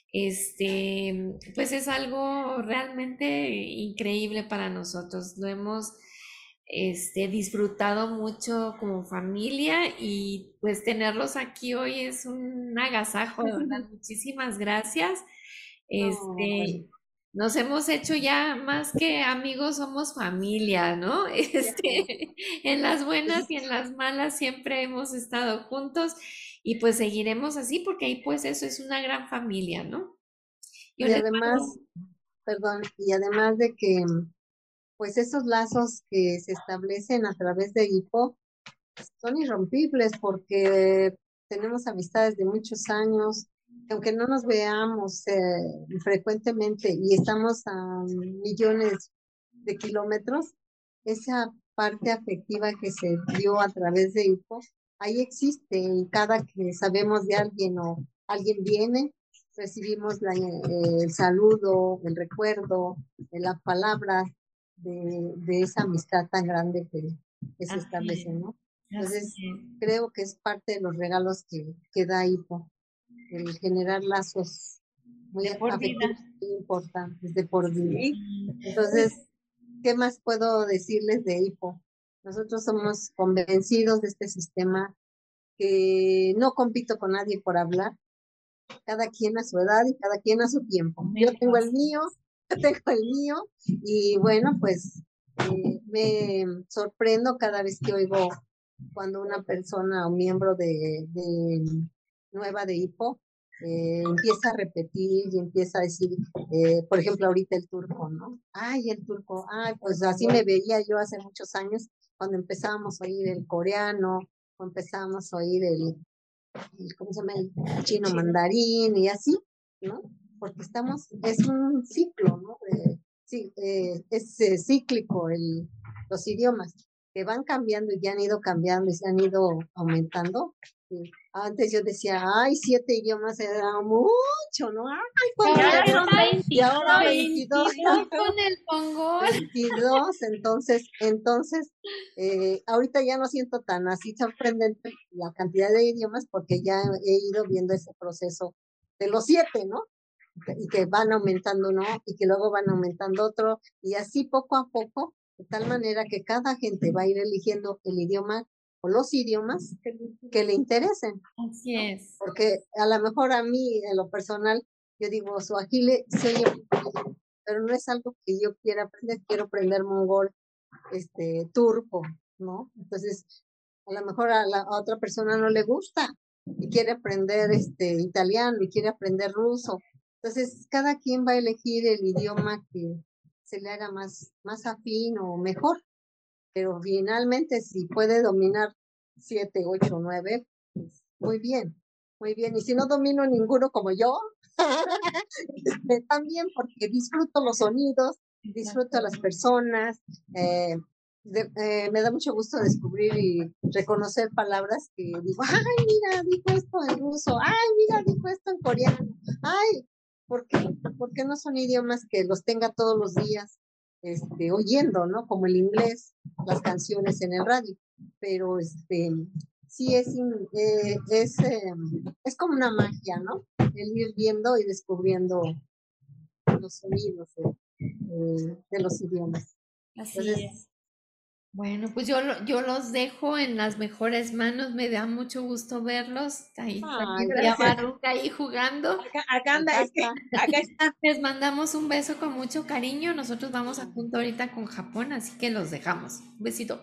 este, pues es algo realmente increíble para nosotros. Lo hemos este, disfrutado mucho como familia y pues tenerlos aquí hoy es un agasajo, de verdad. Muchísimas gracias. No, pues, Este, nos hemos hecho ya más que amigos, somos familia, ¿no? Este, en las buenas y en las malas siempre hemos estado juntos y pues seguiremos así porque ahí pues eso es una gran familia, ¿no? Yo y les además, mando, perdón, y además de que, pues esos lazos que se establecen a través de Hipo son irrompibles porque tenemos amistades de muchos años, que aunque no nos veamos eh, frecuentemente y estamos a millones de kilómetros, esa parte afectiva que se dio a través de Hipo, ahí existe y cada que sabemos de alguien o alguien viene, recibimos la, eh, el saludo, el recuerdo, eh, la palabra de, de esa amistad tan grande que, que se así establece, es, ¿no? así Entonces, es. creo que es parte de los regalos que, que da Hipo, el generar lazos muy De por vida. afectivos y importantes de por vida. Sí. Entonces, ¿qué más puedo decirles de Hipo? Nosotros somos convencidos de este sistema, que no compito con nadie por hablar, cada quien a su edad y cada quien a su tiempo. Yo tengo el mío, yo tengo el mío, y bueno, pues eh, me sorprendo cada vez que oigo cuando una persona o miembro de, de nueva de Hipo eh, empieza a repetir y empieza a decir, eh, por ejemplo, ahorita el turco, ¿no? Ay, el turco, ay, pues así me veía yo hace muchos años cuando empezábamos a oír el coreano, o empezábamos a oír el, el ¿cómo se llama? El chino mandarín y así, ¿no? Porque estamos, es un ciclo, ¿no? Eh, sí, eh, es eh, cíclico el, los idiomas que van cambiando y ya han ido cambiando y se han ido aumentando. Sí. Antes yo decía, ay, siete idiomas era mucho, ¿no? Ay, ¿cuántos Ahora Ya idiomas? son están Y ahora veintidós. veintidós, veintidós con el mongol. veintidós, entonces, entonces, eh, ahorita ya no siento tan así sorprendente la cantidad de idiomas porque ya he ido viendo ese proceso de los siete, ¿no? Y que van aumentando uno y que luego van aumentando otro y así poco a poco, de tal manera que cada gente va a ir eligiendo el idioma o los idiomas que le interesen, Así ¿no? es. Porque a lo mejor a mí, en lo personal, yo digo, suajili se oye muy bien, pero no es algo que yo quiera aprender, quiero aprender mongol, este, turco, ¿no? Entonces, a lo mejor a la a otra persona no le gusta y quiere aprender este, italiano y quiere aprender ruso. Entonces, cada quien va a elegir el idioma que se le haga más, más afín o mejor, pero finalmente si puede dominar siete, ocho, nueve, pues muy bien, muy bien. Y si no domino ninguno como yo, este, también porque disfruto los sonidos, disfruto a las personas, eh, de, eh, me da mucho gusto descubrir y reconocer palabras que digo, ay, mira, dijo esto en ruso, ay, mira, dijo esto en coreano, ay, ¿por qué? Porque no son idiomas que los tenga todos los días este, oyendo, ¿no? Como el inglés, las canciones en el radio, pero este, sí es, in- eh, es, eh, es como una magia, ¿no? El ir viendo y descubriendo los sonidos de, eh, de los idiomas. Así Entonces, es. Bueno, pues yo, lo- yo los dejo en las mejores manos, me da mucho gusto verlos. Ahí, ay, y a gracias. Baruch ahí jugando. Acá, acá anda, acá es que está. acá está. Les mandamos un beso con mucho cariño. Nosotros vamos a junto ahorita con Japón, así que los dejamos. Un besito.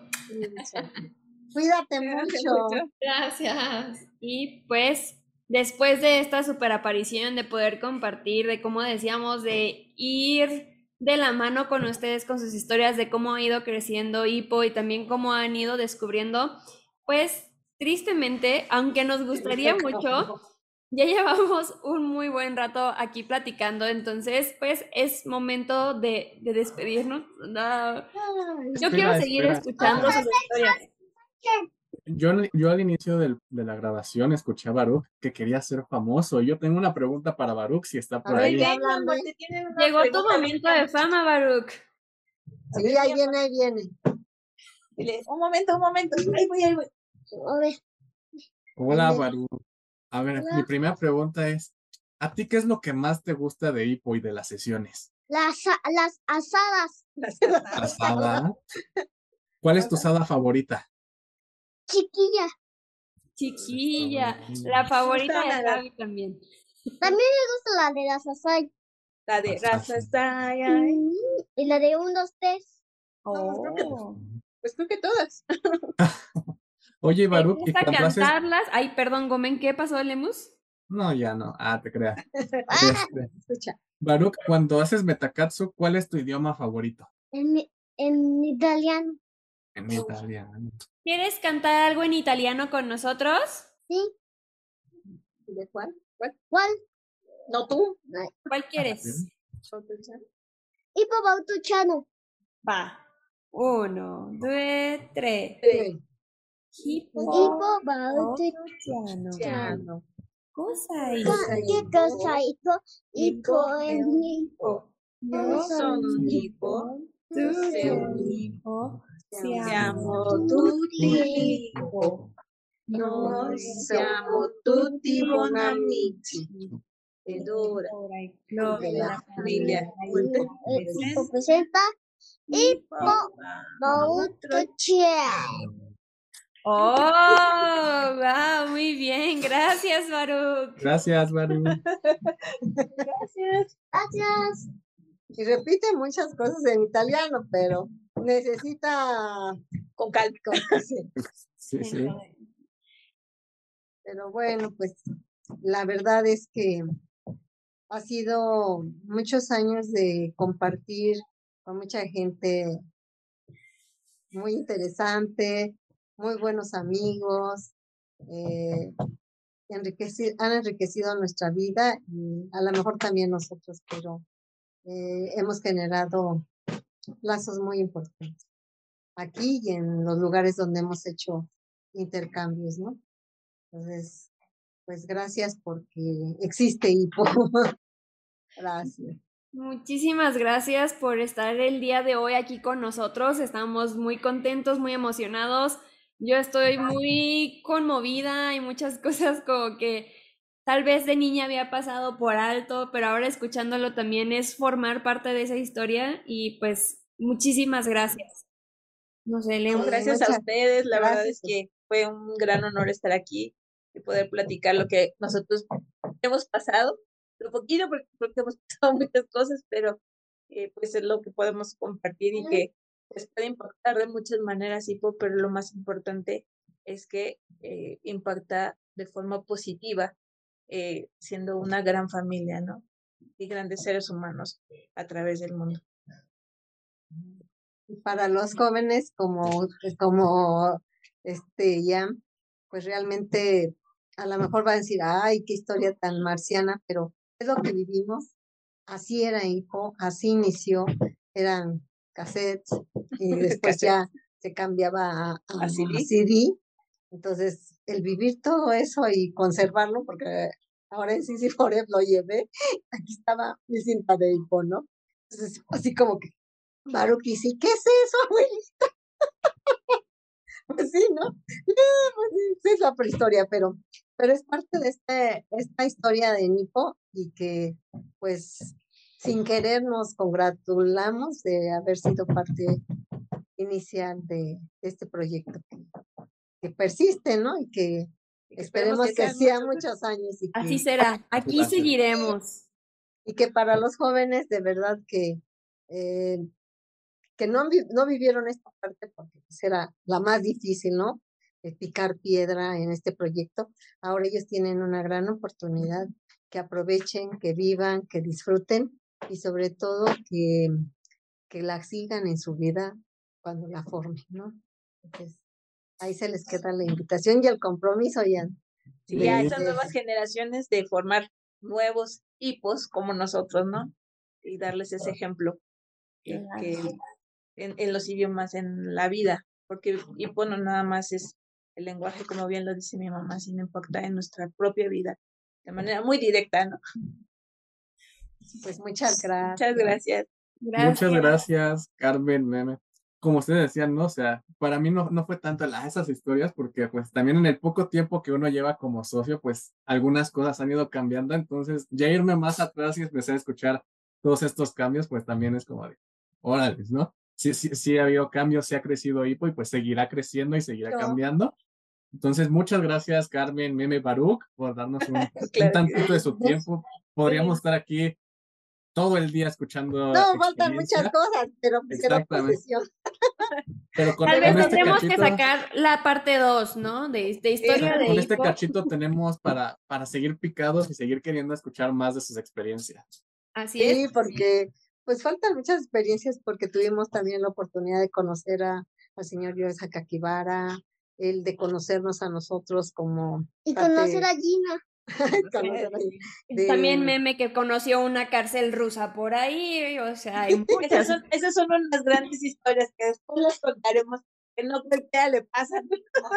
Cuídate Cuídate mucho. mucho. Gracias. Y pues después de esta super aparición, de poder compartir, de cómo decíamos, de ir de la mano con ustedes, con sus historias, de cómo ha ido creciendo Hippo y también cómo han ido descubriendo, pues tristemente, aunque nos gustaría mucho, ya llevamos un muy buen rato aquí platicando, entonces pues es momento de, de despedirnos. No, Ay, yo quiero Espera, seguir espera. escuchando sus historias. Yo, al- yo al inicio del- de la grabación escuché a Baruch que quería ser famoso. Yo tengo una pregunta para Baruch si está a por ver, ahí. ya Ven, mi amor, hablando. te tienen una Llegó tu pregunta. momento de fama, Baruch. Sí, ahí viene, ahí viene. Dile, un momento, un momento. Ahí voy, ahí voy. A ver, Hola, Ahí Baruch. A ver, Hola. mi primera pregunta es, ¿a ti qué es lo que más te gusta de Hippo y de las sesiones? las, las asadas ¿Asada? ¿Cuál es tu asada favorita? chiquillas. Chiquilla, la favorita de Gaby también. También me gusta la de las asadas. La de Asada. raza está ay, ay. Y la de un, dos, tres. No, creo que- Oh. Pues creo que todas. Oye, ¿Te Baruch, ¿y gusta cuando haces...? cantarlas? Ay, perdón, Gomen, ¿qué pasó, Lemus? No, ya no. Ah, te creas. Ah, Este, escucha. Baruch, cuando haces metakatsu, ¿cuál es tu idioma favorito? En, mi- en italiano. En italiano. ¿Quieres cantar algo en italiano con nosotros? ¿Sí? ¿De cuál? ¿Cuál? ¿Cuál? No tú. ¿Cuál quieres? Ipo Bautuchano. Va. Uno, dos, tres. Sí. Hippo Ipo Bautuchano. Bautucciano. Cosa es? ¿Qué cosa hizo? Ipo en Hipo. Yo Son soy hipo. tú sei sei un hipo, Siamo tutti hipo. Noi siamo tutti buon amici. Ed ora Ora il club de della la famiglia famiglia Ipo presenta Hipo Bautuchano. Oh, wow, muy bien, gracias, Baruch. Gracias, Baruch. Gracias. Gracias. Y repite muchas cosas en italiano, pero necesita Con calma. sí. Sí, sí. Pero bueno, pues la verdad es que ha sido muchos años de compartir con mucha gente muy interesante, muy buenos amigos, eh, enriqueci- han enriquecido nuestra vida y a lo mejor también nosotros, pero eh, hemos generado lazos muy importantes aquí y en los lugares donde hemos hecho intercambios, ¿no? Entonces, pues gracias porque existe Hipo. Gracias. Muchísimas gracias por estar el día de hoy aquí con nosotros. Estamos muy contentos, muy emocionados. Yo estoy muy conmovida y muchas cosas como que tal vez de niña había pasado por alto, pero ahora escuchándolo también es formar parte de esa historia y pues muchísimas gracias. No sé, No, Leo. gracias a Muchas ustedes. La verdad gracias. es que fue un gran honor estar aquí y poder platicar lo que nosotros hemos pasado. Lo poquito, porque, porque hemos pasado muchas cosas, pero eh, pues es lo que podemos compartir y que pues, puede impactar de muchas maneras, Hipo, pero lo más importante es que eh, impacta de forma positiva, eh, siendo una gran familia, ¿no? Y grandes seres humanos a través del mundo. Y para los jóvenes como, como este ya, pues realmente a lo mejor va a decir, ay, qué historia tan marciana, pero es lo que vivimos. Así era Hipo, así inició, eran cassettes y después ya se cambiaba a, a, A C D. a C D. Entonces, el vivir todo eso y conservarlo, porque ahora en Sisi Forever lo llevé, aquí estaba mi cinta de Hipo, ¿no? Entonces, así como que Baruch dice, ¿qué es eso, abuelita? Pues sí, ¿no? Ah, pues sí, sí, es la prehistoria, pero, pero es parte de este, esta historia de Nipo y que pues sin querer nos congratulamos de haber sido parte inicial de este proyecto que, que persiste, ¿no? Y que Y esperemos que, sean sea muchos. muchos años y Así que, será. Aquí Gracias. seguiremos. y que para los jóvenes de verdad que, eh, que no, vi- no vivieron esta parte porque pues, era la más difícil, ¿no? De picar piedra en este proyecto. Ahora ellos tienen una gran oportunidad, que aprovechen, que vivan, que disfruten y sobre todo que, que la sigan en su vida cuando la formen, ¿no? Entonces, ahí se les queda la invitación y el compromiso ya. Sí, de- a esas de- nuevas generaciones de formar nuevos hipos como nosotros, ¿no? Y darles ese ejemplo que, que en, en los idiomas, en la vida, porque hipo no nada más es el lenguaje, como bien lo dice mi mamá, sino impacta en nuestra propia vida de manera muy directa, ¿no? Pues muchas gracias. Muchas gracias. Muchas Gracias. gracias, Carmen, Meme. Como ustedes decían, ¿no? O sea, para mí no, no fue tanto la, esas historias, porque pues también en el poco tiempo que uno lleva como socio, pues algunas cosas han ido cambiando, entonces ya irme más atrás y empecé a escuchar todos estos cambios, pues también es como de, órale, ¿no? Sí, sí, sí ha habido cambios, sí ha crecido Hipo y pues seguirá creciendo y seguirá Yo- cambiando. Entonces, muchas gracias, Carmen, Meme, Baruch, por darnos un, un Claro que tantito de su tiempo. Podríamos Sí. estar aquí todo el día escuchando No, faltan muchas experiencia. cosas, pero pues será otra Exactamente. sesión. Pero con, Tal con vez este tendremos que cachito, sacar la parte dos, ¿no? De, de historia exacto, de con este Hipo. cachito tenemos para, para seguir picados y seguir queriendo escuchar más de sus experiencias. Así es. Sí, porque pues faltan muchas experiencias porque tuvimos también la oportunidad de conocer a, al señor Yosa Kakibara, el de conocernos a nosotros como Y parte- conocer a Gina. conocer a- de- También Meme que conoció una cárcel rusa por ahí, o sea, hay Esas muchas. son, esas son unas grandes historias que después las contaremos, que no cualquiera le pasan.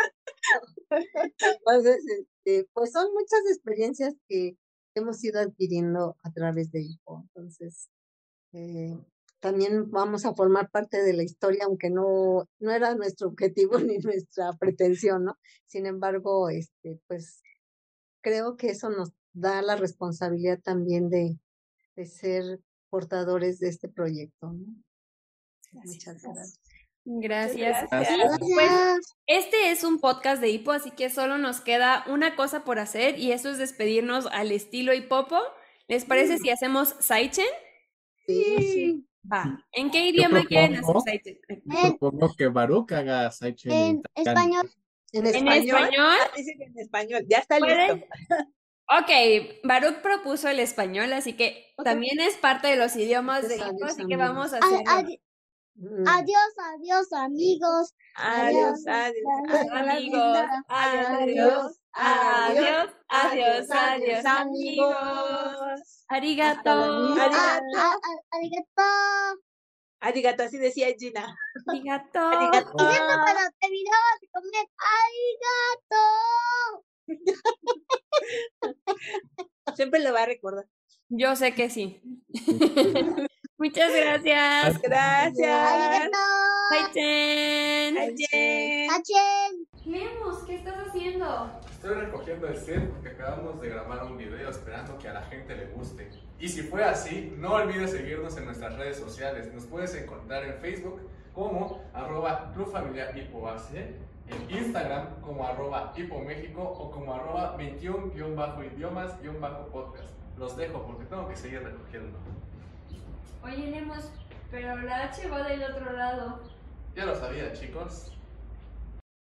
Entonces, este, pues son muchas experiencias que hemos ido adquiriendo a través de Hipo. Entonces, eh, también vamos a formar parte de la historia, aunque no, no era nuestro objetivo ni nuestra pretensión, ¿no? Sin embargo, este, pues creo que eso nos da la responsabilidad también de, de ser portadores de este proyecto, ¿no? Muchas gracias. Gracias. Gracias. Y, pues, este es un podcast de Hipo, así que solo nos queda una cosa por hacer y eso es despedirnos al estilo Hipopo. ¿Les parece si hacemos Saichen? Sí, sí. Va. ¿En qué Yo idioma quieren hacer propongo, Saichen? En, propongo que Baruch haga Saichen en italiano. español. En ¿En español, español? Ah, dicen en español, ya está ¿Pueden? listo. Ok, Baruch propuso el español, así que Ok. también es parte de los idiomas de Adiós, Hipo, así que amigos. vamos a A- hacerlo. adi- mm, adiós, adiós, amigos. Adiós, adiós, Amigos, adiós, adiós, adiós, adiós, adiós, amigos. hasta la Arigato. vista. A- Arigato. a- a- arigato. Arigato, así decía Gina. Arigato. Arigato. Y siempre cuando terminabas de comer, arigato. Siempre lo va a recordar. Yo sé que sí. Muchas gracias. Gracias. Arigato. Saichen. Ayen. Tachen. Lemus, ¿qué estás haciendo? Estoy recogiendo el set porque acabamos de grabar un video esperando que a la gente le guste. Y si fue así, no olvides seguirnos en nuestras redes sociales. Nos puedes encontrar en Facebook como arroba Club Familiar Hipo A C, en Instagram como arroba Hipo México o como arroba veintiuno idiomas podcast. Los dejo porque tengo que seguir recogiendo. Oye, Lemus, pero la H va del otro lado. Ya lo sabía, chicos.